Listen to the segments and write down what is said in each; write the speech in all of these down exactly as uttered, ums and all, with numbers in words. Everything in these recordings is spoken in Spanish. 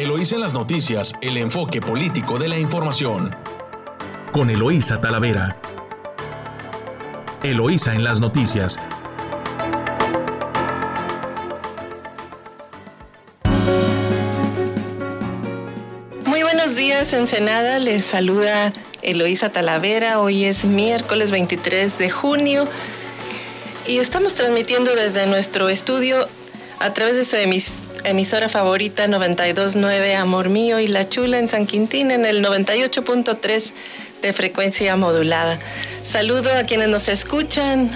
Eloísa en las noticias, el enfoque político de la información. Con Eloísa Talavera. Eloísa en las noticias. Muy buenos días, Ensenada. Les saluda Eloísa Talavera. Hoy es miércoles veintitrés de junio y estamos transmitiendo desde nuestro estudio a través de su emis emisora favorita noventa y dos punto nueve Amor Mío y La Chula en San Quintín en el noventa y ocho punto tres de frecuencia modulada. Saludo a quienes nos escuchan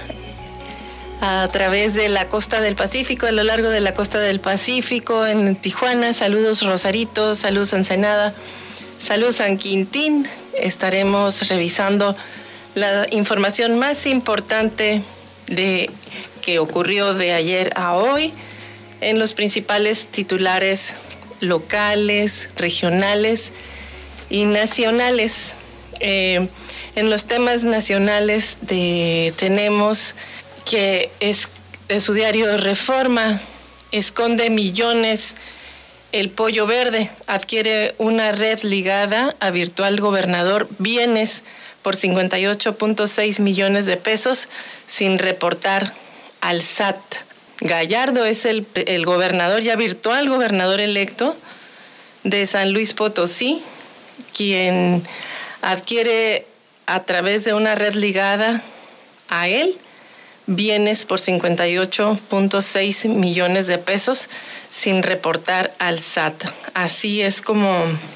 a través de la costa del Pacífico, a lo largo de la costa del Pacífico, en Tijuana. Saludos Rosarito, saludos Ensenada, saludos San Quintín. Estaremos revisando la información más importante de que ocurrió de ayer a hoy en los principales titulares locales, regionales y nacionales. Eh, en los temas nacionales de, tenemos que es, de su diario Reforma, esconde millones el Pollo Verde, adquiere una red ligada a virtual gobernador bienes por cincuenta y ocho punto seis millones de pesos sin reportar al S A T. Gallardo es el, el gobernador, ya virtual gobernador electo de San Luis Potosí, quien adquiere a través de una red ligada a él bienes por cincuenta y ocho punto seis millones de pesos sin reportar al S A T. Así es como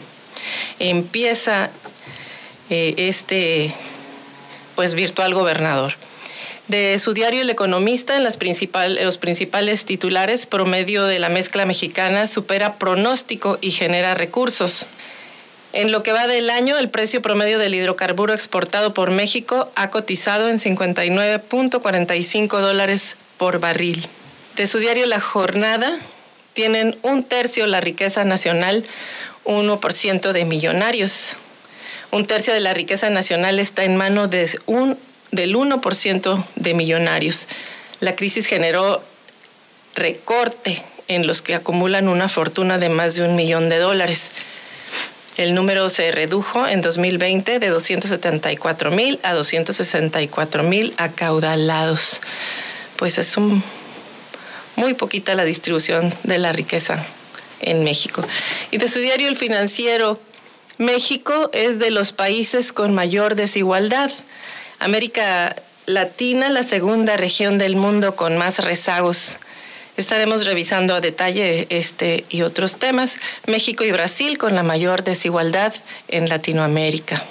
empieza eh, este pues virtual gobernador. De su diario El Economista, en las principal, los principales titulares, promedio de la mezcla mexicana supera pronóstico y genera recursos. En lo que va del año, el precio promedio del hidrocarburo exportado por México ha cotizado en cincuenta y nueve punto cuarenta y cinco dólares por barril. De su diario La Jornada, tienen un tercio la riqueza nacional, uno por ciento de millonarios. Un tercio de la riqueza nacional está en manos de un del uno por ciento de millonarios. La crisis generó recorte en los que acumulan una fortuna de más de un millón de dólares. El número se redujo en dos mil veinte de doscientos setenta y cuatro mil a doscientos sesenta y cuatro mil acaudalados. Pues es un, muy poquita la distribución de la riqueza en México. Y de su diario El Financiero, México es de los países con mayor desigualdad. América Latina, la segunda región del mundo con más rezagos. Estaremos revisando a detalle este y otros temas. México y Brasil con la mayor desigualdad en Latinoamérica.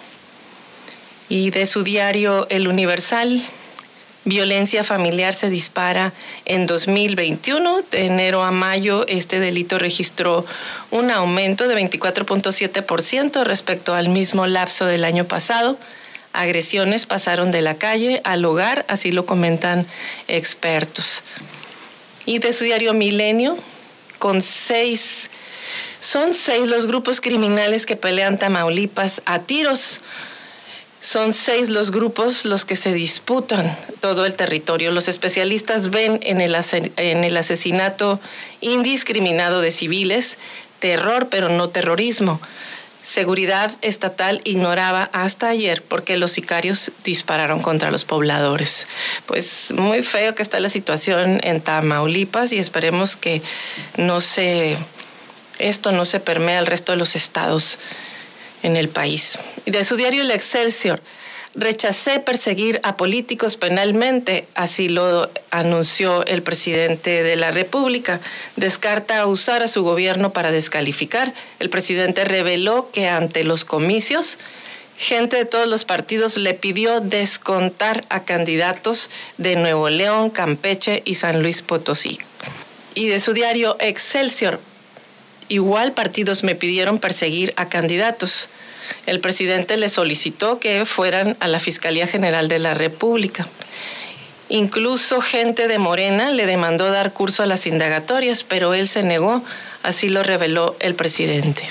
Y de su diario El Universal, violencia familiar se dispara en dos mil veintiuno. De enero a mayo, este delito registró un aumento de veinticuatro punto siete por ciento respecto al mismo lapso del año pasado. Agresiones pasaron de la calle al hogar, así lo comentan expertos. Y de su diario Milenio, con seis, son seis los grupos criminales que pelean Tamaulipas a tiros. Son seis los grupos los que se disputan todo el territorio. Los especialistas ven en el, en el asesinato indiscriminado de civiles terror, pero no terrorismo. Seguridad estatal ignoraba hasta ayer porque los sicarios dispararon contra los pobladores. Pues muy feo que está la situación en Tamaulipas y esperemos que no se, esto no se permee al resto de los estados en el país. Y de su diario El Excelsior, rechacé perseguir a políticos penalmente, así lo anunció el presidente de la República. Descarta usar a su gobierno para descalificar. El presidente reveló que ante los comicios, gente de todos los partidos le pidió descontar a candidatos de Nuevo León, Campeche y San Luis Potosí. Y de su diario Excelsior, igual partidos me pidieron perseguir a candidatos. El presidente le solicitó que fueran a la Fiscalía General de la República. Incluso gente de Morena le demandó dar curso a las indagatorias, pero él se negó, así lo reveló el presidente.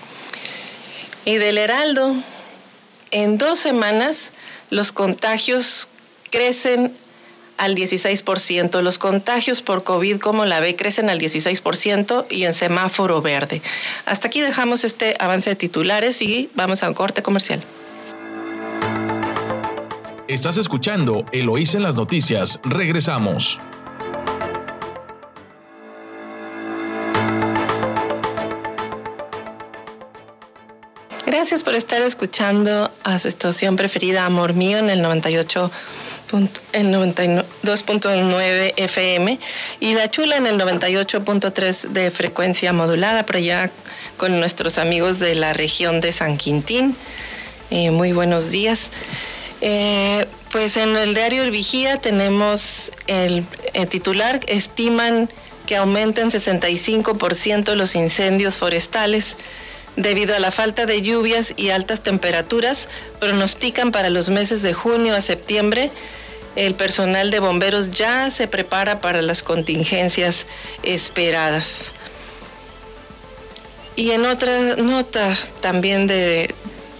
Y del Heraldo, en dos semanas los contagios crecen al dieciséis por ciento. Los contagios por COVID, como la ve, crecen al dieciséis por ciento y en semáforo verde. Hasta aquí dejamos este avance de titulares y vamos a un corte comercial. Estás escuchando Eloísa en las noticias. Regresamos. Gracias por estar escuchando a su estación preferida, Amor Mío, en el noventa y ocho, el noventa y dos punto nueve F M y La Chula en el noventa y ocho punto tres de frecuencia modulada, por allá con nuestros amigos de la región de San Quintín. Eh, muy buenos días. Eh, pues en el diario El Vigía tenemos el, el titular: estiman que aumentan sesenta y cinco por ciento los incendios forestales. Debido a la falta de lluvias y altas temperaturas, pronostican para los meses de junio a septiembre. El personal de bomberos ya se prepara para las contingencias esperadas. Y en otra nota también de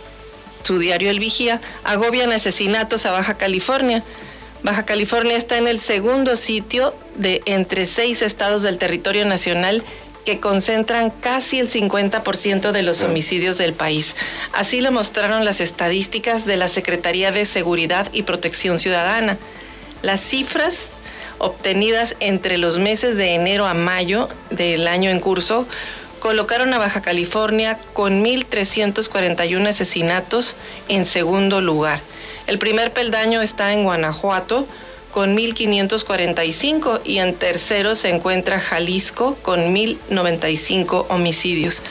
su diario El Vigía, agobian asesinatos a Baja California. Baja California está en el segundo sitio de entre seis estados del territorio nacional que concentran casi el cincuenta por ciento de los homicidios del país. Así lo mostraron las estadísticas de la Secretaría de Seguridad y Protección Ciudadana. Las cifras obtenidas entre los meses de enero a mayo del año en curso colocaron a Baja California con mil trescientos cuarenta y uno asesinatos en segundo lugar. El primer peldaño está en Guanajuato, con mil quinientos cuarenta y cinco, y en tercero se encuentra Jalisco con mil noventa y cinco homicidios.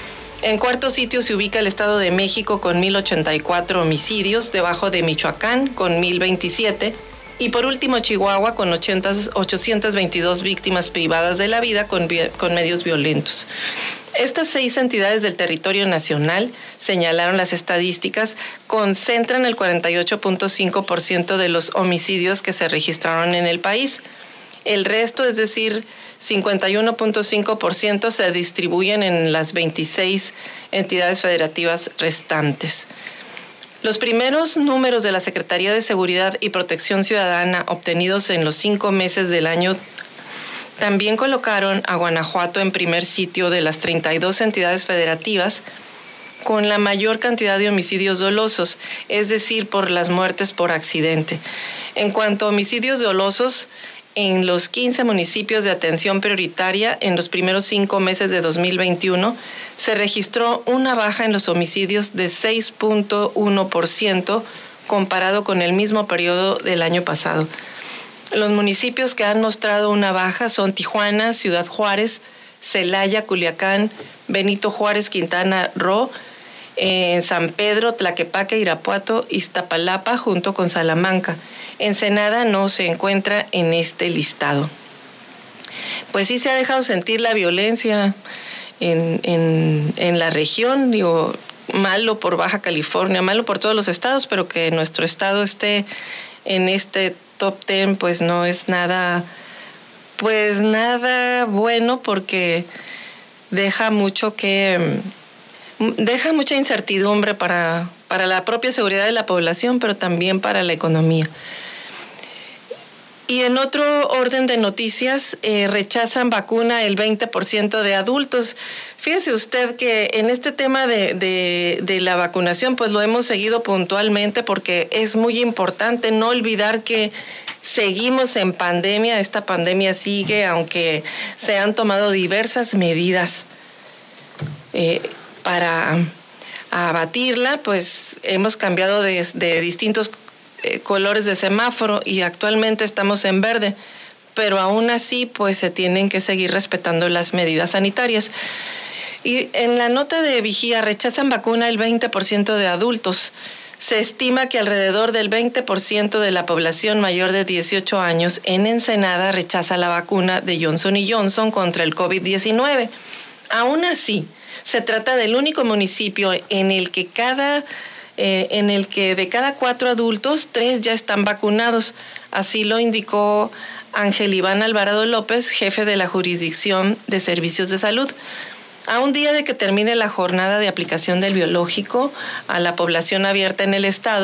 En cuarto sitio se ubica el Estado de México con mil ochenta y cuatro homicidios, debajo de Michoacán con mil veintisiete, y por último Chihuahua con ochocientas veintidós víctimas privadas de la vida con, con medios violentos. Estas seis entidades del territorio nacional, señalaron las estadísticas, concentran el cuarenta y ocho punto cinco por ciento de los homicidios que se registraron en el país. El resto, es decir, cincuenta y uno punto cinco por ciento, se distribuyen en las veintiséis entidades federativas restantes. Los primeros números de la Secretaría de Seguridad y Protección Ciudadana obtenidos en los cinco meses del año también colocaron a Guanajuato en primer sitio de las treinta y dos entidades federativas con la mayor cantidad de homicidios dolosos, es decir, por las muertes por accidente. En cuanto a homicidios dolosos, en los quince municipios de atención prioritaria, en los primeros cinco meses de dos mil veintiuno, se registró una baja en los homicidios de seis punto uno por ciento comparado con el mismo periodo del año pasado. Los municipios que han mostrado una baja son Tijuana, Ciudad Juárez, Celaya, Culiacán, Benito Juárez, Quintana Roo, eh, San Pedro, Tlaquepaque, Irapuato, Iztapalapa, junto con Salamanca. Ensenada no se encuentra en este listado. Pues sí se ha dejado sentir la violencia en, en, en la región, digo, malo por Baja California, malo por todos los estados, pero que nuestro estado esté en este top ten, pues no es nada, pues nada bueno, porque deja mucho que, deja mucha incertidumbre para, para la propia seguridad de la población, pero también para la economía. Y en otro orden de noticias, eh, rechazan vacuna el veinte por ciento de adultos. Fíjese usted que en este tema de, de, de la vacunación, pues lo hemos seguido puntualmente, porque es muy importante no olvidar que seguimos en pandemia. Esta pandemia sigue, aunque se han tomado diversas medidas eh, para abatirla, pues hemos cambiado de, de distintos colores de semáforo y actualmente estamos en verde, pero aún así pues se tienen que seguir respetando las medidas sanitarias. Y en la nota de Vigía, rechazan vacuna el veinte por ciento de adultos. Se estima que alrededor del veinte por ciento de la población mayor de dieciocho años en Ensenada rechaza la vacuna de Johnson y Johnson contra el COVID diecinueve. Aún así, se trata del único municipio en el que cada Eh, en el que de cada cuatro adultos, tres ya están vacunados. Así lo indicó Ángel Iván Alvarado López, jefe de la Jurisdicción de Servicios de Salud. A un día de que termine la jornada de aplicación del biológico a la población abierta en el estado,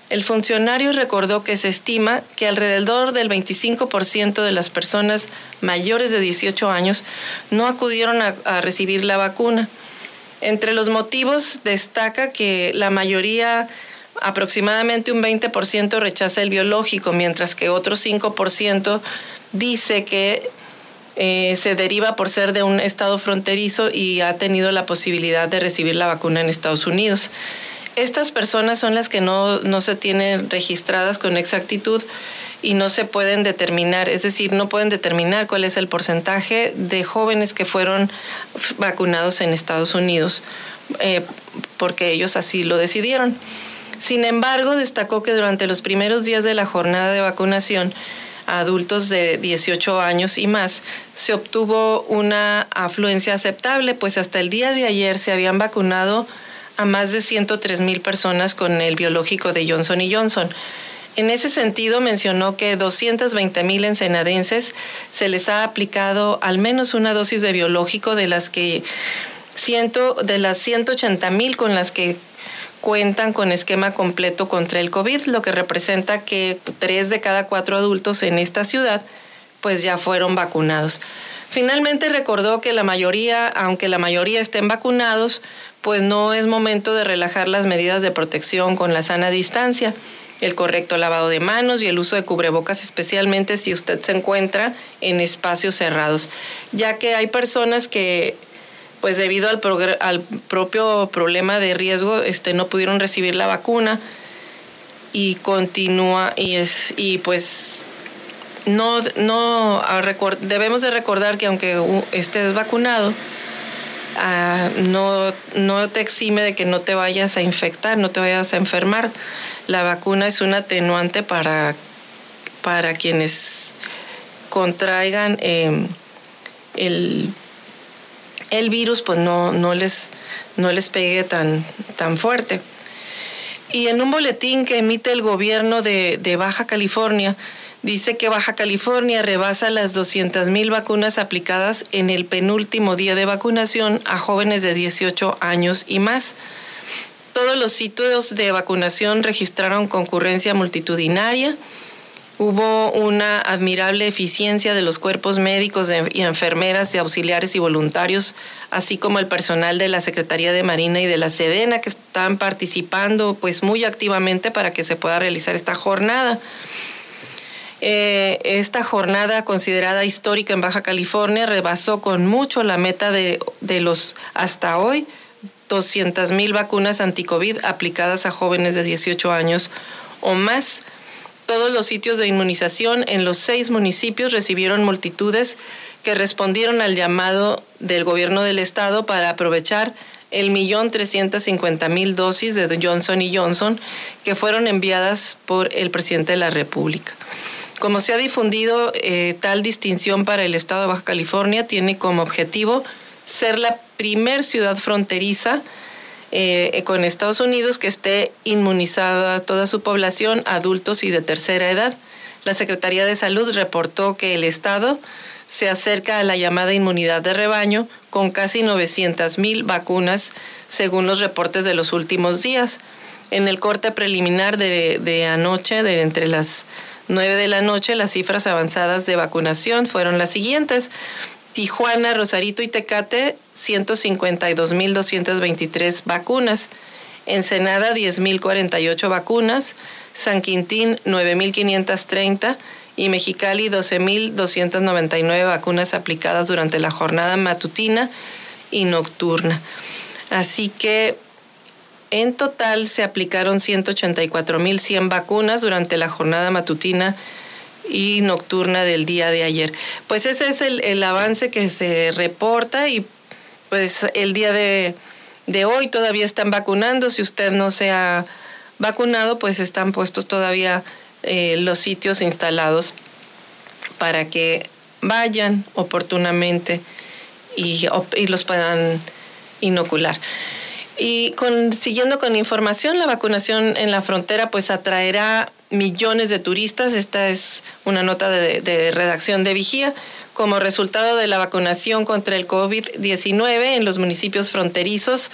El funcionario recordó que se estima que alrededor del veinticinco por ciento de las personas mayores de dieciocho años no acudieron a, a recibir la vacuna. Entre los motivos destaca que la mayoría, aproximadamente un veinte por ciento, rechaza el biológico, mientras que otro cinco por ciento dice que eh, se deriva por ser de un estado fronterizo y ha tenido la posibilidad de recibir la vacuna en Estados Unidos. Estas personas son las que no, no se tienen registradas con exactitud y no se pueden determinar, es decir, no pueden determinar cuál es el porcentaje de jóvenes que fueron vacunados en Estados Unidos, eh, porque ellos así lo decidieron. Sin embargo, destacó que durante los primeros días de la jornada de vacunación a adultos de dieciocho años y más, se obtuvo una afluencia aceptable, pues hasta el día de ayer se habían vacunado a más de ciento tres mil personas con el biológico de Johnson y Johnson. En ese sentido, mencionó que doscientos veinte mil ensenadenses se les ha aplicado al menos una dosis de biológico de las que ciento, de las ciento ochenta mil con las que cuentan con esquema completo contra el COVID, lo que representa que tres de cada cuatro adultos en esta ciudad pues ya fueron vacunados. Finalmente recordó que la mayoría, aunque la mayoría estén vacunados, pues no es momento de relajar las medidas de protección con la sana distancia, el correcto lavado de manos y el uso de cubrebocas, especialmente si usted se encuentra en espacios cerrados, ya que hay personas que, pues debido al, progr- al propio problema de riesgo, este, no pudieron recibir la vacuna y continúa y es y pues no no record- debemos de recordar que aunque estés vacunado, Uh, no, no te exime de que no te vayas a infectar, no te vayas a enfermar. La vacuna es un atenuante para, para quienes contraigan eh, el, el virus, pues no, no, les, no les pegue tan, tan fuerte. Y en un boletín que emite el gobierno de, de Baja California, dice que Baja California rebasa las doscientas mil vacunas aplicadas en el penúltimo día de vacunación a jóvenes de dieciocho años y más. Todos los sitios de vacunación registraron concurrencia multitudinaria. Hubo una admirable eficiencia de los cuerpos médicos y enfermeras y auxiliares y voluntarios, así como el personal de la Secretaría de Marina y de la Sedena, que están participando pues muy activamente para que se pueda realizar esta jornada. Eh, esta jornada, considerada histórica en Baja California, rebasó con mucho la meta de, de los, hasta hoy, doscientas mil vacunas anti-COVID aplicadas a jóvenes de dieciocho años o más. Todos los sitios de inmunización en los seis municipios recibieron multitudes que respondieron al llamado del gobierno del estado para aprovechar el millón trescientos cincuenta mil dosis de Johnson y Johnson que fueron enviadas por el presidente de la República. Como se ha difundido, eh, tal distinción para el estado de Baja California tiene como objetivo ser la primer ciudad fronteriza eh, con Estados Unidos que esté inmunizada toda su población, adultos y de tercera edad. La Secretaría de Salud reportó que el estado se acerca a la llamada inmunidad de rebaño con casi novecientas mil vacunas, según los reportes de los últimos días. En el corte preliminar de, de anoche, de entre las nueve de la noche, las cifras avanzadas de vacunación fueron las siguientes. Tijuana, Rosarito y Tecate, ciento cincuenta y dos mil doscientas veintitrés vacunas. Ensenada, diez mil cuarenta y ocho vacunas. San Quintín, nueve mil quinientas treinta. Y Mexicali, doce mil doscientas noventa y nueve vacunas aplicadas durante la jornada matutina y nocturna. Así que en total se aplicaron ciento ochenta y cuatro mil cien vacunas durante la jornada matutina y nocturna del día de ayer. Pues ese es el, el avance que se reporta y pues el día de, de hoy todavía están vacunando. Si usted no se ha vacunado, pues están puestos todavía eh, los sitios instalados para que vayan oportunamente y, y los puedan inocular. Y con, siguiendo con información, la vacunación en la frontera pues atraerá millones de turistas. Esta es una nota de, de redacción de Vigía. Como resultado de la vacunación contra el COVID diecinueve en los municipios fronterizos,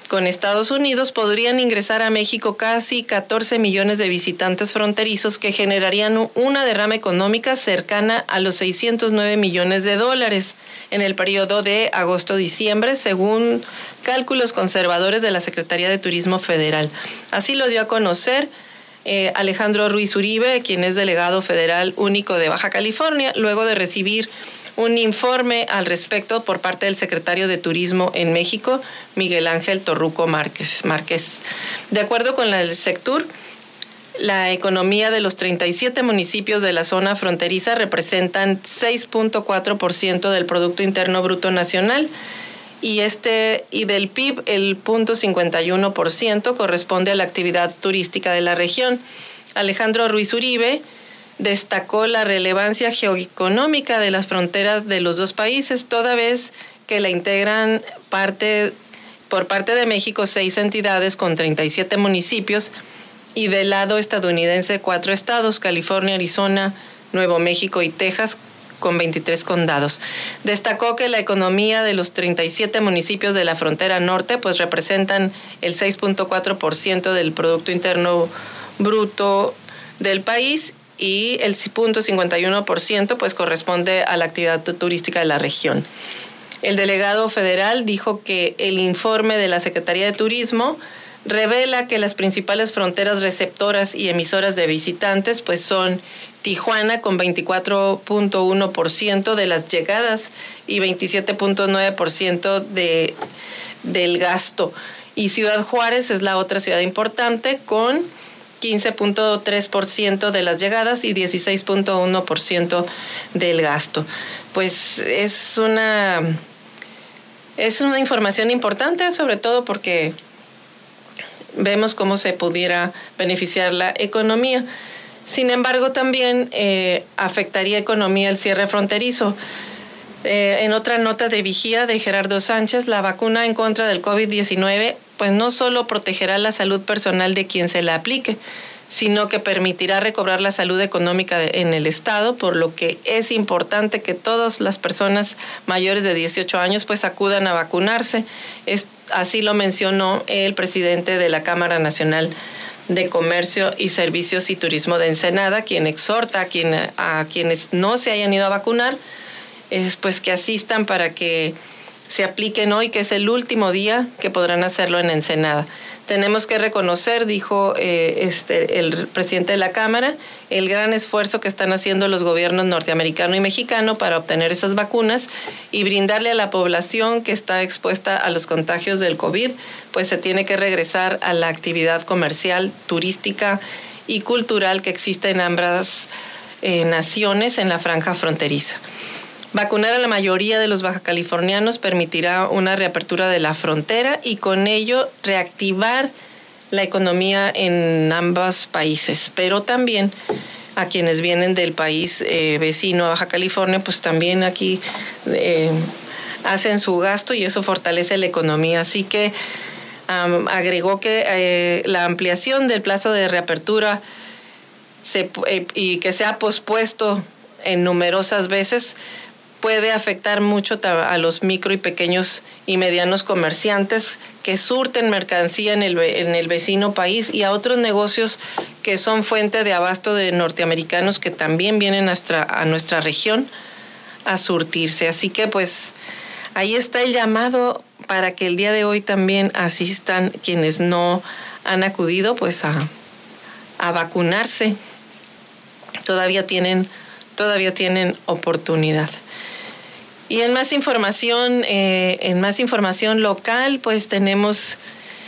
con Estados Unidos, podrían ingresar a México casi catorce millones de visitantes fronterizos que generarían una derrama económica cercana a los seiscientos nueve millones de dólares en el periodo de agosto-diciembre, según cálculos conservadores de la Secretaría de Turismo Federal. Así lo dio a conocer eh, Alejandro Ruiz Uribe, quien es delegado federal único de Baja California, luego de recibir un informe al respecto por parte del secretario de Turismo en México, Miguel Ángel Torruco Márquez. Márquez. De acuerdo con el Sectur, la economía de los treinta y siete municipios de la zona fronteriza representan seis punto cuatro por ciento del Producto Interno Bruto Nacional y, este, y del P I B el cero punto cincuenta y uno por ciento corresponde a la actividad turística de la región. Alejandro Ruiz Uribe destacó la relevancia geoeconómica de las fronteras de los dos países, toda vez que la integran parte, por parte de México seis entidades con treinta y siete municipios y del lado estadounidense cuatro estados, California, Arizona, Nuevo México y Texas, con veintitrés condados. Destacó que la economía de los treinta y siete municipios de la frontera norte pues representan el seis punto cuatro por ciento del Producto Interno Bruto del país y el punto cincuenta y uno por ciento pues corresponde a la actividad turística de la región. El delegado federal dijo que el informe de la Secretaría de Turismo revela que las principales fronteras receptoras y emisoras de visitantes pues son Tijuana con veinticuatro punto uno por ciento de las llegadas y veintisiete punto nueve por ciento de, del gasto. Y Ciudad Juárez es la otra ciudad importante con quince punto tres por ciento de las llegadas y dieciséis punto uno por ciento del gasto. Pues es una, es una información importante, sobre todo porque vemos cómo se pudiera beneficiar la economía. Sin embargo, también eh, afectaría economía el cierre fronterizo. Eh, en otra nota de vigía de Gerardo Sánchez, la vacuna en contra del COVID diecinueve pues no solo protegerá la salud personal de quien se la aplique, sino que permitirá recobrar la salud económica de, en el Estado, por lo que es importante que todas las personas mayores de dieciocho años pues acudan a vacunarse. Es, así lo mencionó el presidente de la Cámara Nacional de Comercio y Servicios y Turismo de Ensenada, quien exhorta a, quien, a quienes no se hayan ido a vacunar, es pues que asistan para que se apliquen hoy, que es el último día que podrán hacerlo en Ensenada. Tenemos que reconocer, dijo eh, este, el presidente de la Cámara, el gran esfuerzo que están haciendo los gobiernos norteamericano y mexicano para obtener esas vacunas y brindarle a la población que está expuesta a los contagios del COVID, pues se tiene que regresar a la actividad comercial, turística y cultural que existe en ambas eh, naciones en la franja fronteriza. Vacunar a la mayoría de los bajacalifornianos permitirá una reapertura de la frontera y con ello reactivar la economía en ambos países, pero también a quienes vienen del país eh, vecino a Baja California, pues también aquí eh, hacen su gasto y eso fortalece la economía. Así que um, agregó que eh, la ampliación del plazo de reapertura se, eh, y que se ha pospuesto en numerosas veces puede afectar mucho a los micro y pequeños y medianos comerciantes que surten mercancía en el, en el vecino país y a otros negocios que son fuente de abasto de norteamericanos que también vienen a nuestra, a nuestra región a surtirse. Así que pues ahí está el llamado para que el día de hoy también asistan quienes no han acudido pues a, a vacunarse. Todavía tienen, todavía tienen oportunidad. Y en más información, eh, en más información local, pues tenemos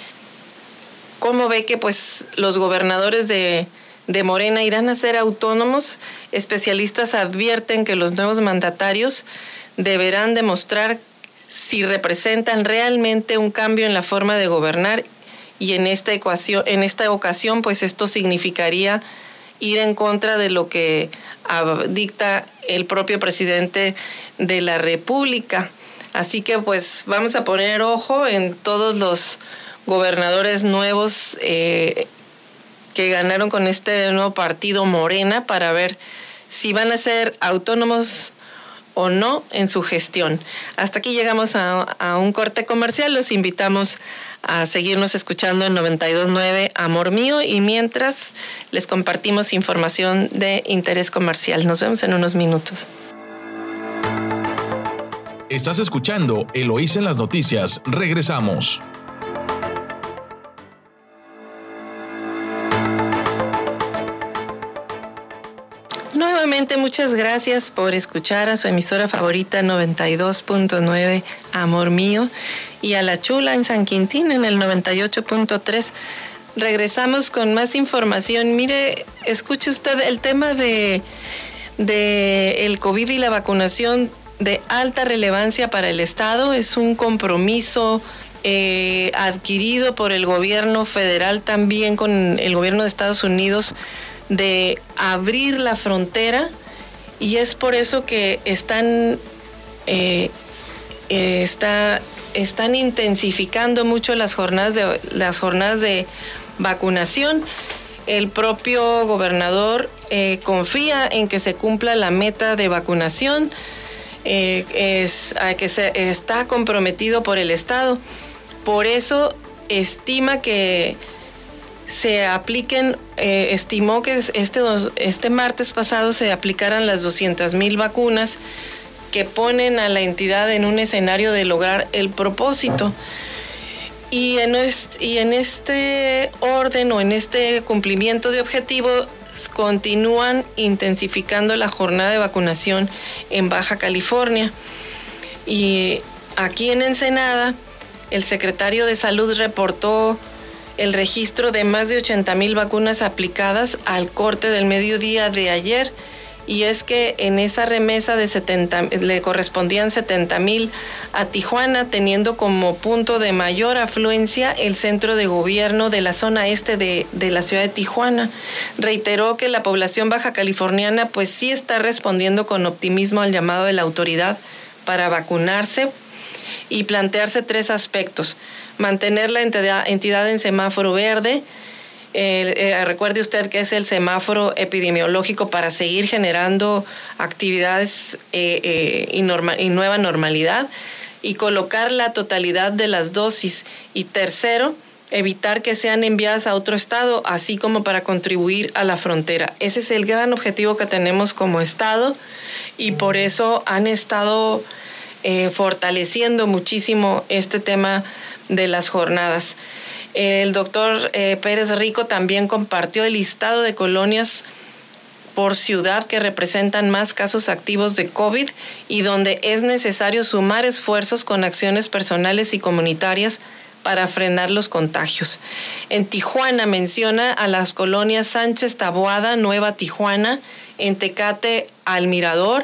cómo ve que pues los gobernadores de, de Morena irán a ser autónomos. Especialistas advierten que los nuevos mandatarios deberán demostrar si representan realmente un cambio en la forma de gobernar y en esta ecuación, en esta ocasión, pues esto significaría ir en contra de lo que dicta el propio presidente de la República. Así que pues vamos a poner ojo en todos los gobernadores nuevos eh, que ganaron con este nuevo partido Morena para ver si van a ser autónomos o no en su gestión. Hasta aquí llegamos a, a un corte comercial. Los invitamos a seguirnos escuchando en noventa y dos punto nueve Amor Mío, y mientras les compartimos información de interés comercial. Nos vemos en unos minutos. Estás escuchando Eloísa en las noticias. Regresamos. Nuevamente, muchas gracias por escuchar a su emisora favorita noventa y dos punto nueve Amor Mío, y a La Chula en San Quintín en el noventa y ocho punto tres. Regresamos con más información. Mire, escuche usted el tema de, de el COVID y la vacunación de alta relevancia para el Estado. Es un compromiso eh, adquirido por el gobierno federal, también con el gobierno de Estados Unidos, de abrir la frontera, y es por eso que están eh, eh, está, están intensificando mucho las jornadas de las jornadas de vacunación. El propio gobernador eh, confía en que se cumpla la meta de vacunación, eh, es, a que se está comprometido por el Estado. Por eso estima que se apliquen, eh, estimó que este, este martes pasado se aplicaran las doscientas mil vacunas, que ponen a la entidad en un escenario de lograr el propósito. Y en este, y en este orden, o en este cumplimiento de objetivo, continúan intensificando la jornada de vacunación en Baja California. Y aquí en Ensenada, el secretario de Salud reportó el registro de más de ochenta mil vacunas aplicadas al corte del mediodía de ayer, y es que en esa remesa de setenta le correspondían setenta mil a Tijuana, teniendo como punto de mayor afluencia el centro de gobierno de la zona este de, de la ciudad de Tijuana. Reiteró que la población baja californiana pues sí está respondiendo con optimismo al llamado de la autoridad para vacunarse, y plantearse tres aspectos: mantener la entidad, entidad en semáforo verde. Eh, eh, recuerde usted que es el semáforo epidemiológico para seguir generando actividades eh, eh, y, norma, y nueva normalidad, y colocar la totalidad de las dosis. Y tercero, evitar que sean enviadas a otro estado, así como para contribuir a la frontera. Ese es el gran objetivo que tenemos como estado, y por eso han estado eh, fortaleciendo muchísimo este tema de las jornadas. El doctor eh, Pérez Rico también compartió el listado de colonias por ciudad que representan más casos activos de COVID, y donde es necesario sumar esfuerzos con acciones personales y comunitarias para frenar los contagios. En Tijuana menciona a las colonias Sánchez Taboada, Nueva Tijuana, en Tecate Al Mirador,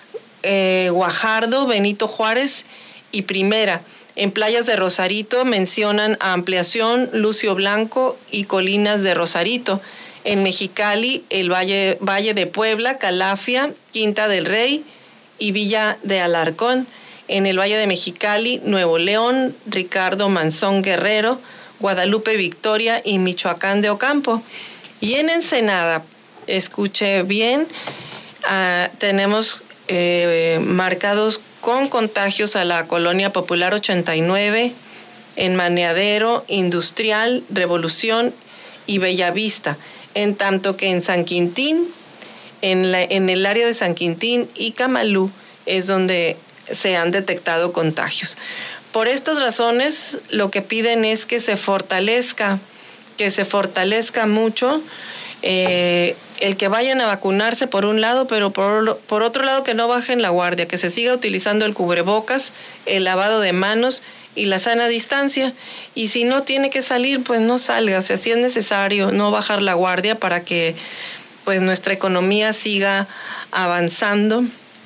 eh, Guajardo, Benito Juárez y Primera. En Playas de Rosarito mencionan a Ampliación, Lucio Blanco y Colinas de Rosarito. En Mexicali, el Valle, Valle de Puebla, Calafia, Quinta del Rey y Villa de Alarcón. En el Valle de Mexicali, Nuevo León, Ricardo Manzón Guerrero, Guadalupe Victoria y Michoacán de Ocampo. Y en Ensenada, escuche bien, uh, tenemos eh, marcados con contagios a la Colonia Popular ochenta y nueve, en Maneadero, Industrial, Revolución y Bellavista, en tanto que en San Quintín, en, la, en el área de San Quintín y Camalú, es donde se han detectado contagios. Por estas razones, lo que piden es que se fortalezca, que se fortalezca mucho eh, el que vayan a vacunarse por un lado, pero por, por otro lado que no bajen la guardia, que se siga utilizando el cubrebocas, el lavado de manos y la sana distancia. Y si no tiene que salir, pues no salga. O sea, si es necesario no bajar la guardia para que pues nuestra economía siga avanzando,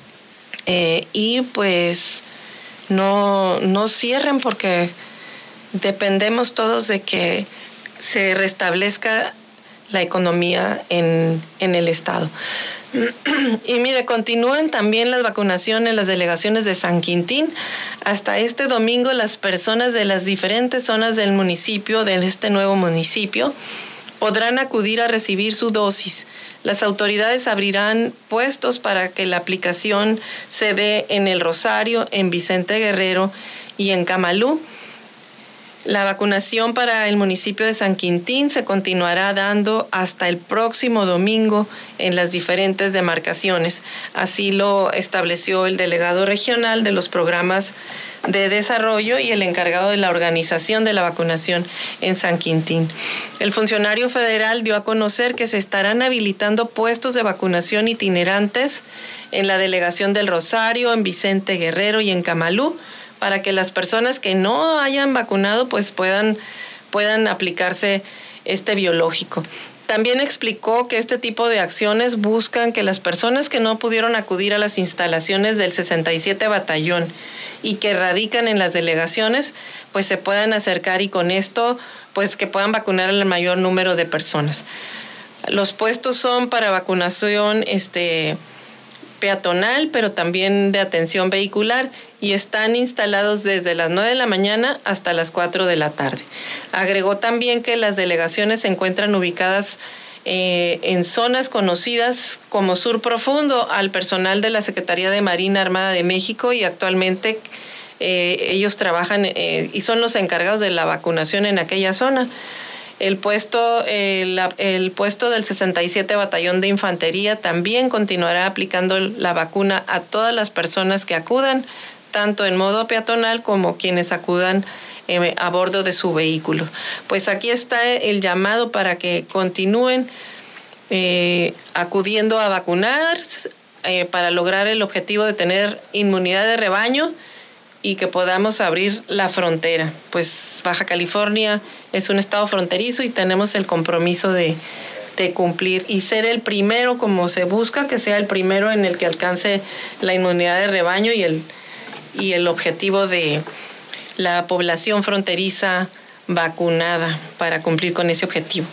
eh, y pues no, no cierren, porque dependemos todos de que se restablezca la economía en, en el estado. Y mire, continúan también las vacunaciones en las delegaciones de San Quintín. Hasta este domingo, las personas de las diferentes zonas del municipio, de este nuevo municipio, podrán acudir a recibir su dosis. Las autoridades abrirán puestos para que la aplicación se dé en El Rosario, en Vicente Guerrero y en Camalú. La vacunación para el municipio de San Quintín se continuará dando hasta el próximo domingo en las diferentes demarcaciones. Así lo estableció el delegado regional de los programas de desarrollo y el encargado de la organización de la vacunación en San Quintín. El funcionario federal dio a conocer que se estarán habilitando puestos de vacunación itinerantes en la delegación del Rosario, en Vicente Guerrero y en Camalú, para que las personas que no hayan vacunado pues puedan, puedan aplicarse este biológico. También explicó que este tipo de acciones buscan que las personas que no pudieron acudir a las instalaciones del sesenta y siete Batallón y que radican en las delegaciones, pues se puedan acercar y con esto pues que puedan vacunar al mayor número de personas. Los puestos son para vacunación este, peatonal, pero también de atención vehicular, y están instalados desde las nueve de la mañana hasta las cuatro de la tarde. Agregó también que las delegaciones se encuentran ubicadas eh, en zonas conocidas como Sur Profundo al personal de la Secretaría de Marina Armada de México, y actualmente eh, ellos trabajan eh, y son los encargados de la vacunación en aquella zona. El puesto, eh, la, el puesto del sesenta y siete Batallón de Infantería también continuará aplicando la vacuna a todas las personas que acudan, tanto en modo peatonal como quienes acudan eh, a bordo de su vehículo. Pues aquí está el llamado para que continúen eh, acudiendo a vacunar eh, para lograr el objetivo de tener inmunidad de rebaño y que podamos abrir la frontera. Pues Baja California es un estado fronterizo y tenemos el compromiso de, de cumplir y ser el primero, como se busca, que sea el primero en el que alcance la inmunidad de rebaño y el y el objetivo de la población fronteriza vacunada para cumplir con ese objetivo.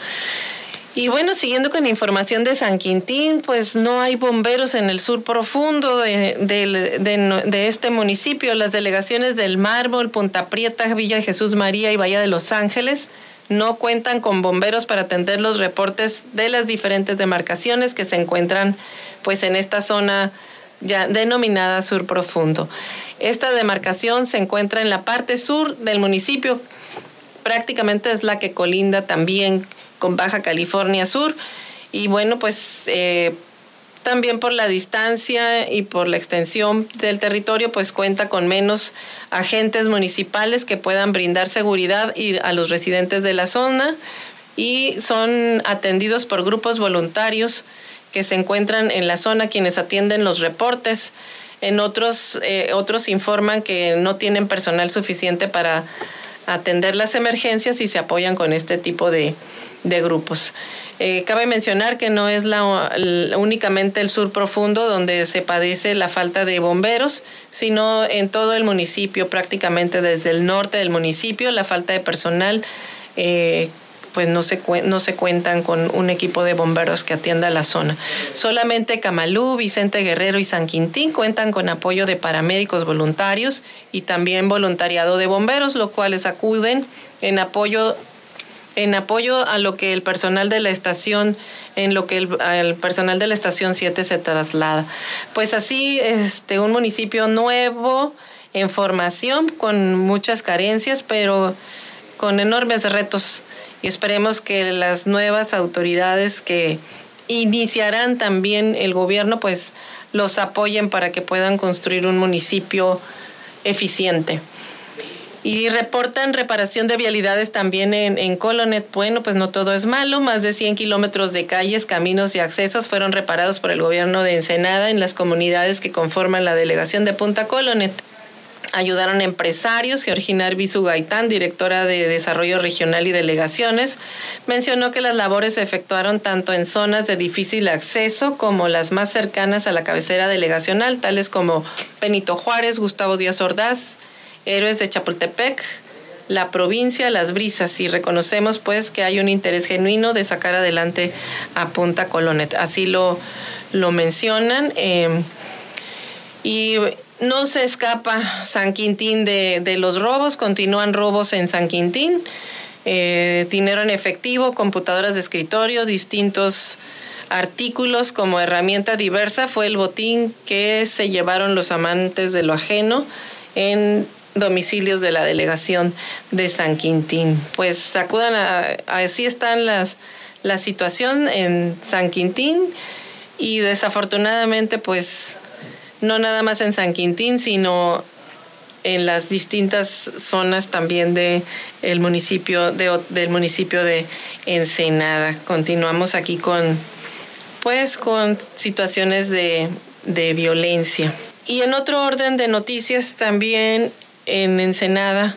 Y bueno, siguiendo con la información de San Quintín, pues no hay bomberos en el Sur Profundo de, de, de, de este municipio. Las delegaciones del Mármol, Punta Prieta, Villa Jesús María y Bahía de Los Ángeles no cuentan con bomberos para atender los reportes de las diferentes demarcaciones que se encuentran pues en esta zona ya denominada Sur Profundo. Esta demarcación se encuentra en la parte sur del municipio, prácticamente es la que colinda también con Baja California Sur, y bueno, pues eh, también por la distancia y por la extensión del territorio, pues cuenta con menos agentes municipales que puedan brindar seguridad a los residentes de la zona, y son atendidos por grupos voluntarios que se encuentran en la zona, quienes atienden los reportes. En otros, eh, otros informan que no tienen personal suficiente para atender las emergencias y se apoyan con este tipo de, de grupos. Eh, cabe mencionar que no es la, la, únicamente el Sur Profundo donde se padece la falta de bomberos, sino en todo el municipio, prácticamente desde el norte del municipio, la falta de personal, eh, pues no se, no se cuentan con un equipo de bomberos que atienda la zona. Solamente Camalú, Vicente Guerrero y San Quintín cuentan con apoyo de paramédicos voluntarios y también voluntariado de bomberos, los cuales acuden en apoyo en apoyo a lo que el personal de la estación, en lo que el, el personal de la estación siete se traslada. Pues así, este, un municipio nuevo, en formación, con muchas carencias, pero con enormes retos. Y esperemos que las nuevas autoridades que iniciarán también el gobierno, pues los apoyen para que puedan construir un municipio eficiente. Y reportan reparación de vialidades también en, en Colonet. Bueno, pues no todo es malo. Más de cien kilómetros de calles, caminos y accesos fueron reparados por el gobierno de Ensenada en las comunidades que conforman la delegación de Punta Colonet. Ayudaron empresarios. Georgina Arbizu Gaitán, directora de Desarrollo Regional y Delegaciones, mencionó que las labores se efectuaron tanto en zonas de difícil acceso como las más cercanas a la cabecera delegacional, tales como Benito Juárez, Gustavo Díaz Ordaz, Héroes de Chapultepec, La Provincia, Las Brisas, y reconocemos pues que hay un interés genuino de sacar adelante a Punta Colonet. Así lo, lo mencionan. Eh, y no se escapa San Quintín de, de los robos, continúan robos en San Quintín. eh, dinero en efectivo, computadoras de escritorio, distintos artículos como herramienta diversa. Fue el botín que se llevaron los amantes de lo ajeno en domicilios de la delegación de San Quintín. Pues acudan a, así están las la situación en San Quintín, y desafortunadamente pues no nada más en San Quintín, sino en las distintas zonas también de el municipio de, del municipio de Ensenada. Continuamos aquí con pues con situaciones de, de violencia. Y en otro orden de noticias, también en Ensenada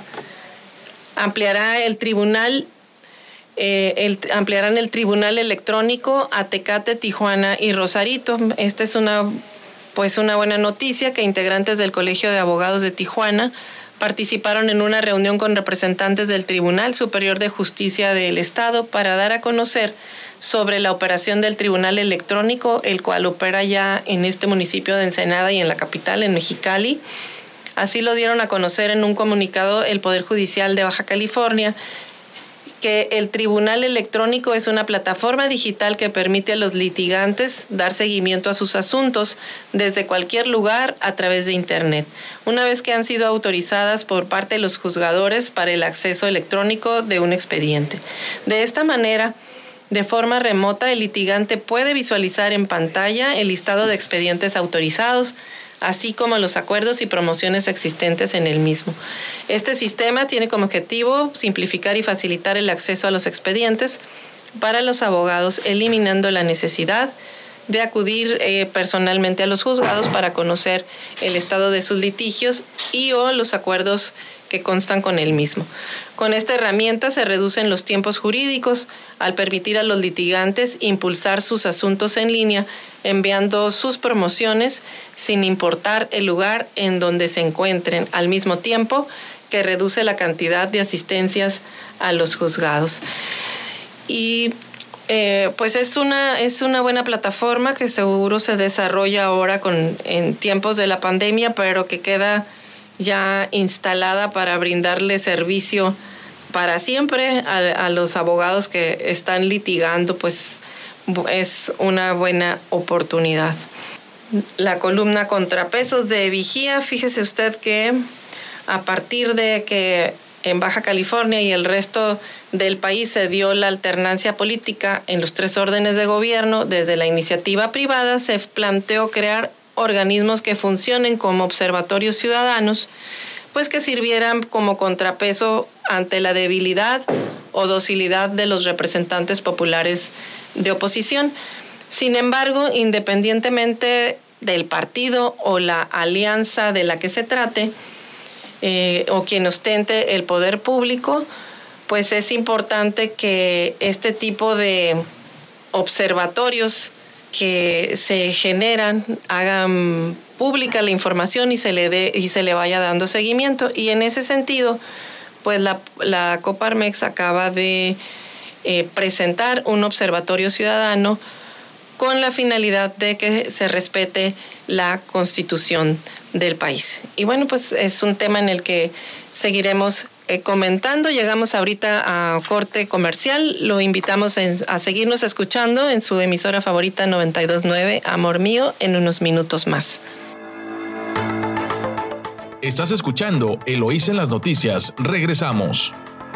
ampliará el tribunal eh, el, ampliarán el tribunal electrónico a Tecate, Tijuana y Rosarito. Esta es una pues una buena noticia, que integrantes del Colegio de Abogados de Tijuana participaron en una reunión con representantes del Tribunal Superior de Justicia del Estado para dar a conocer sobre la operación del Tribunal Electrónico, el cual opera ya en este municipio de Ensenada y en la capital, en Mexicali. Así lo dieron a conocer en un comunicado el Poder Judicial de Baja California, que el Tribunal Electrónico es una plataforma digital que permite a los litigantes dar seguimiento a sus asuntos desde cualquier lugar a través de Internet, una vez que han sido autorizadas por parte de los juzgadores para el acceso electrónico de un expediente. De esta manera, de forma remota, el litigante puede visualizar en pantalla el listado de expedientes autorizados, así como los acuerdos y promociones existentes en el mismo. Este sistema tiene como objetivo simplificar y facilitar el acceso a los expedientes para los abogados, eliminando la necesidad de acudir eh, personalmente a los juzgados para conocer el estado de sus litigios y o los acuerdos que constan con el mismo. Con esta herramienta se reducen los tiempos jurídicos al permitir a los litigantes impulsar sus asuntos en línea, enviando sus promociones sin importar el lugar en donde se encuentren, al mismo tiempo que reduce la cantidad de asistencias a los juzgados. Y eh, pues es una, es una buena plataforma que seguro se desarrolla ahora con, en tiempos de la pandemia, pero que queda ya instalada para brindarle servicio para siempre a, a los abogados que están litigando. Pues es una buena oportunidad. La columna Contrapesos de Vigía, fíjese usted que a partir de que en Baja California y el resto del país se dio la alternancia política en los tres órdenes de gobierno, desde la iniciativa privada se planteó crear organismos que funcionen como observatorios ciudadanos, pues que sirvieran como contrapeso ante la debilidad o docilidad de los representantes populares de oposición. Sin embargo, independientemente del partido o la alianza de la que se trate, eh, o quien ostente el poder público, pues es importante que este tipo de observatorios que se generan hagan pública la información y se le dé y se le vaya dando seguimiento. Y en ese sentido, pues la, la Coparmex acaba de eh, presentar un observatorio ciudadano con la finalidad de que se respete la Constitución del país. Y bueno, pues es un tema en el que seguiremos Eh, comentando. Llegamos ahorita a corte comercial. Lo invitamos en, a seguirnos escuchando en su emisora favorita noventa y dos punto nueve, Amor Mío, en unos minutos más. Estás escuchando Eloísa en las noticias. Regresamos.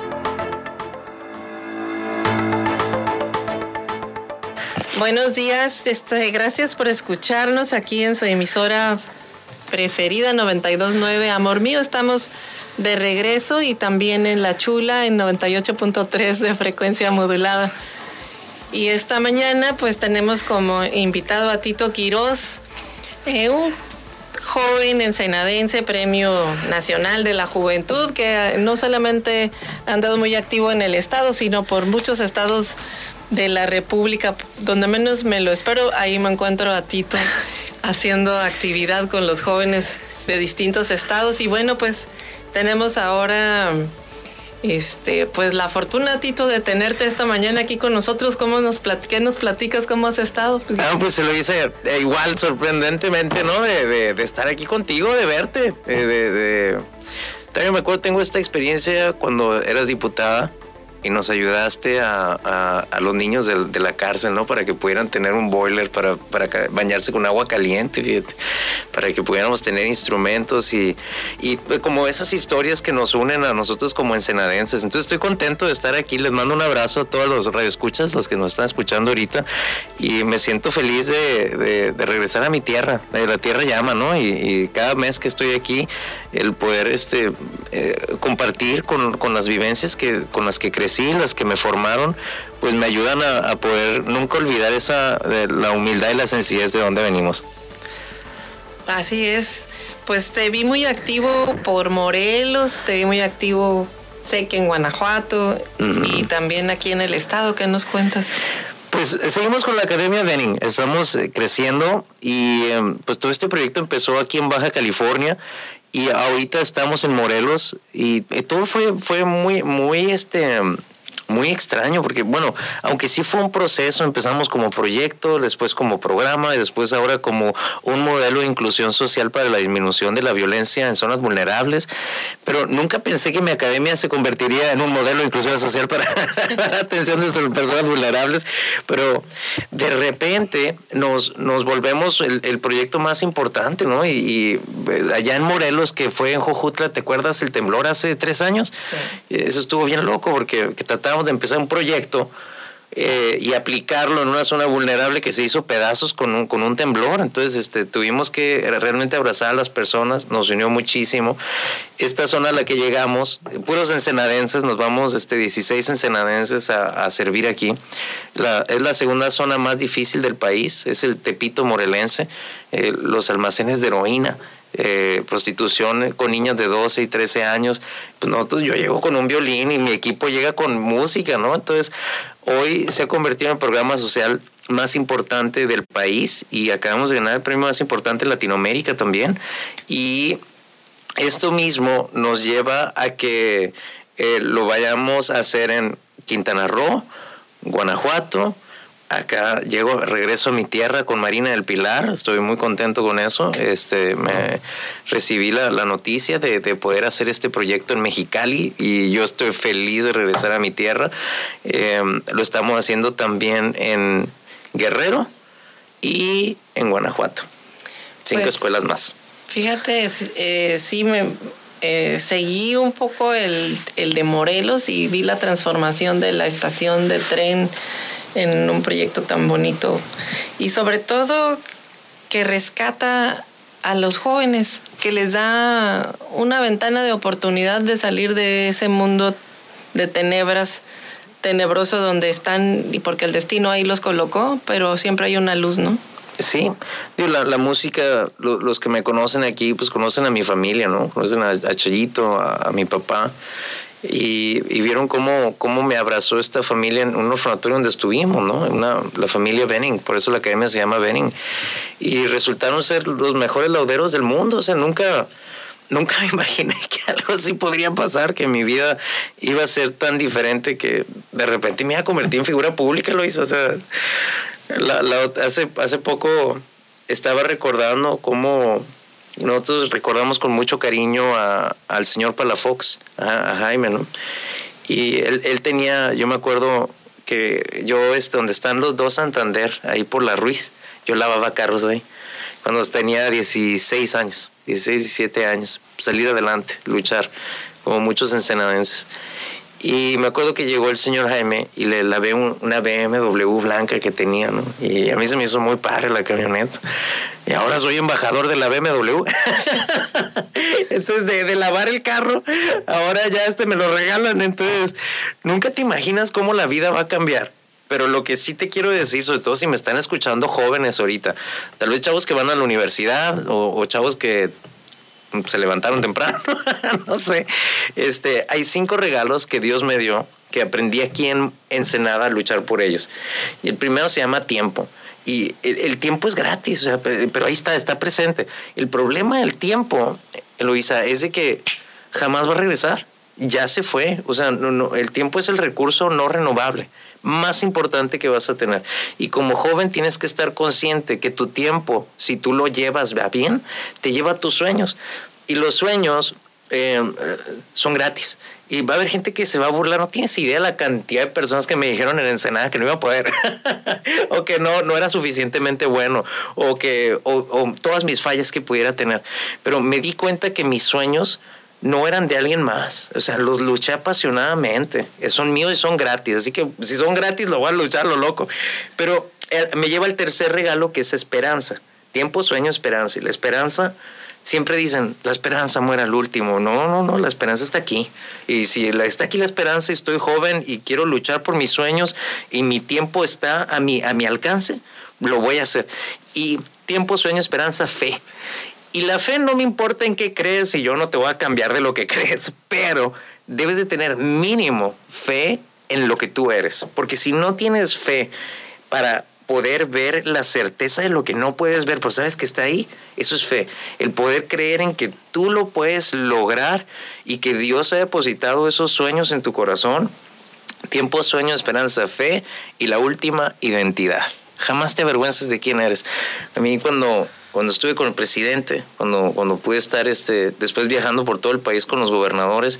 Buenos días. Este, gracias por escucharnos aquí en su emisora preferida noventa y dos punto nueve, Amor Mío. Estamos de regreso y también en La Chula en noventa y ocho punto tres de frecuencia modulada. Y esta mañana pues tenemos como invitado a Tito Quiroz, eh, un joven ensenadense, Premio Nacional de la Juventud, que no solamente ha andado muy activo en el estado, sino por muchos estados de la República, donde menos me lo espero, ahí me encuentro a Tito haciendo actividad con los jóvenes de distintos estados. Y bueno, pues tenemos ahora este, pues la fortuna, Tito, de tenerte esta mañana aquí con nosotros. ¿Cómo nos plat- ¿Qué nos platicas? ¿Cómo has estado? Pues, ah, pues se lo hice eh, igual, sorprendentemente, ¿no? De, de, de estar aquí contigo, de verte. De, de, de... También me acuerdo, tengo esta experiencia cuando eras diputada y nos ayudaste a, a, a los niños de, de la cárcel, ¿no? Para que pudieran tener un boiler para, para bañarse con agua caliente, fíjate, para que pudiéramos tener instrumentos y, y como esas historias que nos unen a nosotros como ensenadenses. Entonces estoy contento de estar aquí. Les mando un abrazo a todos los radioescuchas, los que nos están escuchando ahorita, y me siento feliz de, de, de regresar a mi tierra. La tierra llama, ¿no? Y, y cada mes que estoy aquí, el poder este, eh, compartir con, con las vivencias que, con las que crecí, las que me formaron, pues me ayudan a, a poder nunca olvidar esa, la humildad y la sencillez de donde venimos. Así es. Pues te vi muy activo por Morelos, te vi muy activo, sé que en Guanajuato, uh-huh. y también aquí en el estado. ¿Qué nos cuentas? Pues seguimos con la Academia Benning, estamos creciendo y pues todo este proyecto empezó aquí en Baja California y ahorita estamos en Morelos y todo fue, fue muy, muy este... muy extraño, porque bueno, aunque sí fue un proceso, empezamos como proyecto, después como programa y después ahora como un modelo de inclusión social para la disminución de la violencia en zonas vulnerables, pero nunca pensé que mi academia se convertiría en un modelo de inclusión social para la atención de personas vulnerables, pero de repente nos, nos volvemos el, el proyecto más importante, ¿no? Y, y allá en Morelos, que fue en Jojutla, ¿te acuerdas el temblor hace tres años? Sí. Eso estuvo bien loco porque que tratamos de empezar un proyecto eh, y aplicarlo en una zona vulnerable que se hizo pedazos con un, con un temblor. Entonces este, tuvimos que realmente abrazar a las personas, nos unió muchísimo. Esta zona a la que llegamos, puros ensenadenses, nos vamos este, dieciséis ensenadenses a, a servir aquí. La, es la segunda zona más difícil del país, es el Tepito morelense, eh, los almacenes de heroína. Eh, prostitución con niños de doce y trece años. Pues nosotros, yo llego con un violín y mi equipo llega con música, ¿no? Entonces hoy se ha convertido en el programa social más importante del país y acabamos de ganar el premio más importante en Latinoamérica también, y esto mismo nos lleva a que eh, lo vayamos a hacer en Quintana Roo, Guanajuato. Acá llego, regreso a mi tierra con Marina del Pilar, estoy muy contento con eso. Este, me recibí la, la noticia de, de poder hacer este proyecto en Mexicali y yo estoy feliz de regresar a mi tierra. Eh, lo estamos haciendo también en Guerrero y en Guanajuato. Cinco pues, escuelas más. Fíjate, eh, sí me eh, seguí un poco el, el de Morelos y vi la transformación de la estación de tren en un proyecto tan bonito y sobre todo que rescata a los jóvenes, que les da una ventana de oportunidad de salir de ese mundo de tenebras, tenebroso donde están, y porque el destino ahí los colocó, pero siempre hay una luz, ¿no? Sí, digo, la, la música, lo, los que me conocen aquí, pues conocen a mi familia, ¿no? Conocen a, a Chayito, a, a mi papá. Y, y vieron cómo, cómo me abrazó esta familia en un orfanatorio donde estuvimos, ¿no? Una, la familia Benning, por eso la academia se llama Benning. Y resultaron ser los mejores lauderos del mundo. O sea, nunca, nunca me imaginé que algo así podría pasar, que mi vida iba a ser tan diferente que de repente me iba a convertir en figura pública, lo hizo. O sea, la, la, hace, hace poco estaba recordando cómo nosotros recordamos con mucho cariño a, al señor Palafox, a, a Jaime, ¿no? Y él, él tenía, yo me acuerdo que yo, este, donde están los dos Santander, ahí por la Ruiz, yo lavaba carros ahí, cuando tenía dieciséis años, dieciséis, diecisiete años, salir adelante, luchar, como muchos ensenadenses. Y me acuerdo que llegó el señor Jaime y le lavé un, una B M W blanca que tenía, ¿no? Y a mí se me hizo muy padre la camioneta. Y ahora soy embajador de la B M W. Entonces, de, de lavar el carro, ahora ya este me lo regalan. Entonces, nunca te imaginas cómo la vida va a cambiar. Pero lo que sí te quiero decir, sobre todo si me están escuchando jóvenes ahorita, tal vez chavos que van a la universidad o, o chavos que se levantaron temprano, no sé. Este, hay cinco regalos que Dios me dio que aprendí aquí en Ensenada a luchar por ellos. Y el primero se llama tiempo. Y el, el tiempo es gratis, o sea, pero ahí está, está presente. El problema del tiempo, Eloisa, es de que jamás va a regresar. Ya se fue. O sea, no, no, el tiempo es el recurso no renovable más importante que vas a tener. Y como joven tienes que estar consciente que tu tiempo, si tú lo llevas bien, te lleva a tus sueños. Y los sueños eh, son gratis. Y va a haber gente que se va a burlar. No tienes idea de la cantidad de personas que me dijeron en Ensenada que no iba a poder. O que no, no era suficientemente bueno. O que o, o todas mis fallas que pudiera tener. Pero me di cuenta que mis sueños no eran de alguien más. O sea, los luché apasionadamente. Son míos y son gratis. Así que si son gratis, lo voy a luchar, lo loco. Pero eh, me lleva el tercer regalo, que es esperanza. Tiempo, sueño, esperanza. Y la esperanza... Siempre dicen, la esperanza muere al último. No, no, no, la esperanza está aquí. Y si la, está aquí la esperanza y estoy joven y quiero luchar por mis sueños y mi tiempo está a mi, a mi alcance, lo voy a hacer. Y tiempo, sueño, esperanza, fe. Y la fe no me importa en qué crees y yo no te voy a cambiar de lo que crees, pero debes de tener mínimo fe en lo que tú eres. Porque si no tienes fe para poder ver la certeza de lo que no puedes ver, pero sabes que está ahí, eso es fe. El poder creer en que tú lo puedes lograr y que Dios ha depositado esos sueños en tu corazón. Tiempo, sueño, esperanza, fe y la última, identidad. Jamás te avergüences de quién eres. A mí cuando, cuando estuve con el presidente, cuando, cuando pude estar este, después viajando por todo el país con los gobernadores,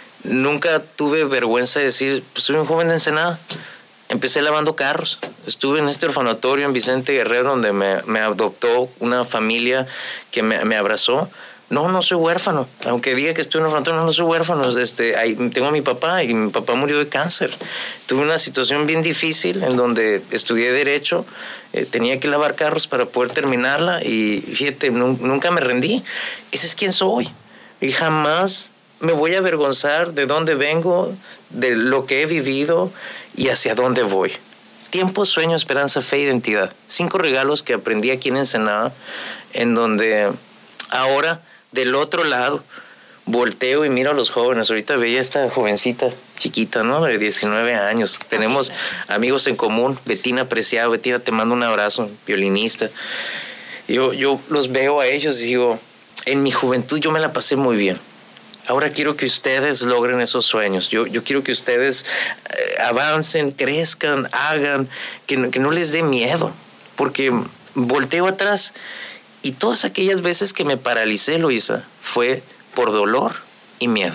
nunca tuve vergüenza de decir, pues soy un joven de Ensenada. Empecé lavando carros. Estuve en este orfanatorio en Vicente Guerrero, donde me, me adoptó una familia que me, me abrazó. No, no soy huérfano. Aunque diga que estoy en un orfanatorio, no, no soy huérfano. Este, ahí tengo a mi papá y mi papá murió de cáncer. Tuve una situación bien difícil en donde estudié Derecho. Eh, tenía que lavar carros para poder terminarla y fíjate, nunca me rendí. Ese es quien soy. Y jamás me voy a avergonzar de dónde vengo, de lo que he vivido y hacia dónde voy. Tiempo, sueño, esperanza, fe, identidad. Cinco regalos que aprendí aquí en Ensenada, en donde ahora, del otro lado, volteo y miro a los jóvenes. Ahorita veía esta jovencita chiquita, ¿no? De diecinueve años. Tenemos amigos en común. Betina Preciado. Betina, te mando un abrazo, violinista. Yo, yo los veo a ellos y digo, en mi juventud yo me la pasé muy bien. Ahora quiero que ustedes logren esos sueños. Yo, yo quiero que ustedes eh, avancen, crezcan, hagan, que no, que no les dé miedo. Porque volteo atrás y todas aquellas veces que me paralicé, Loisa, fue por dolor y miedo.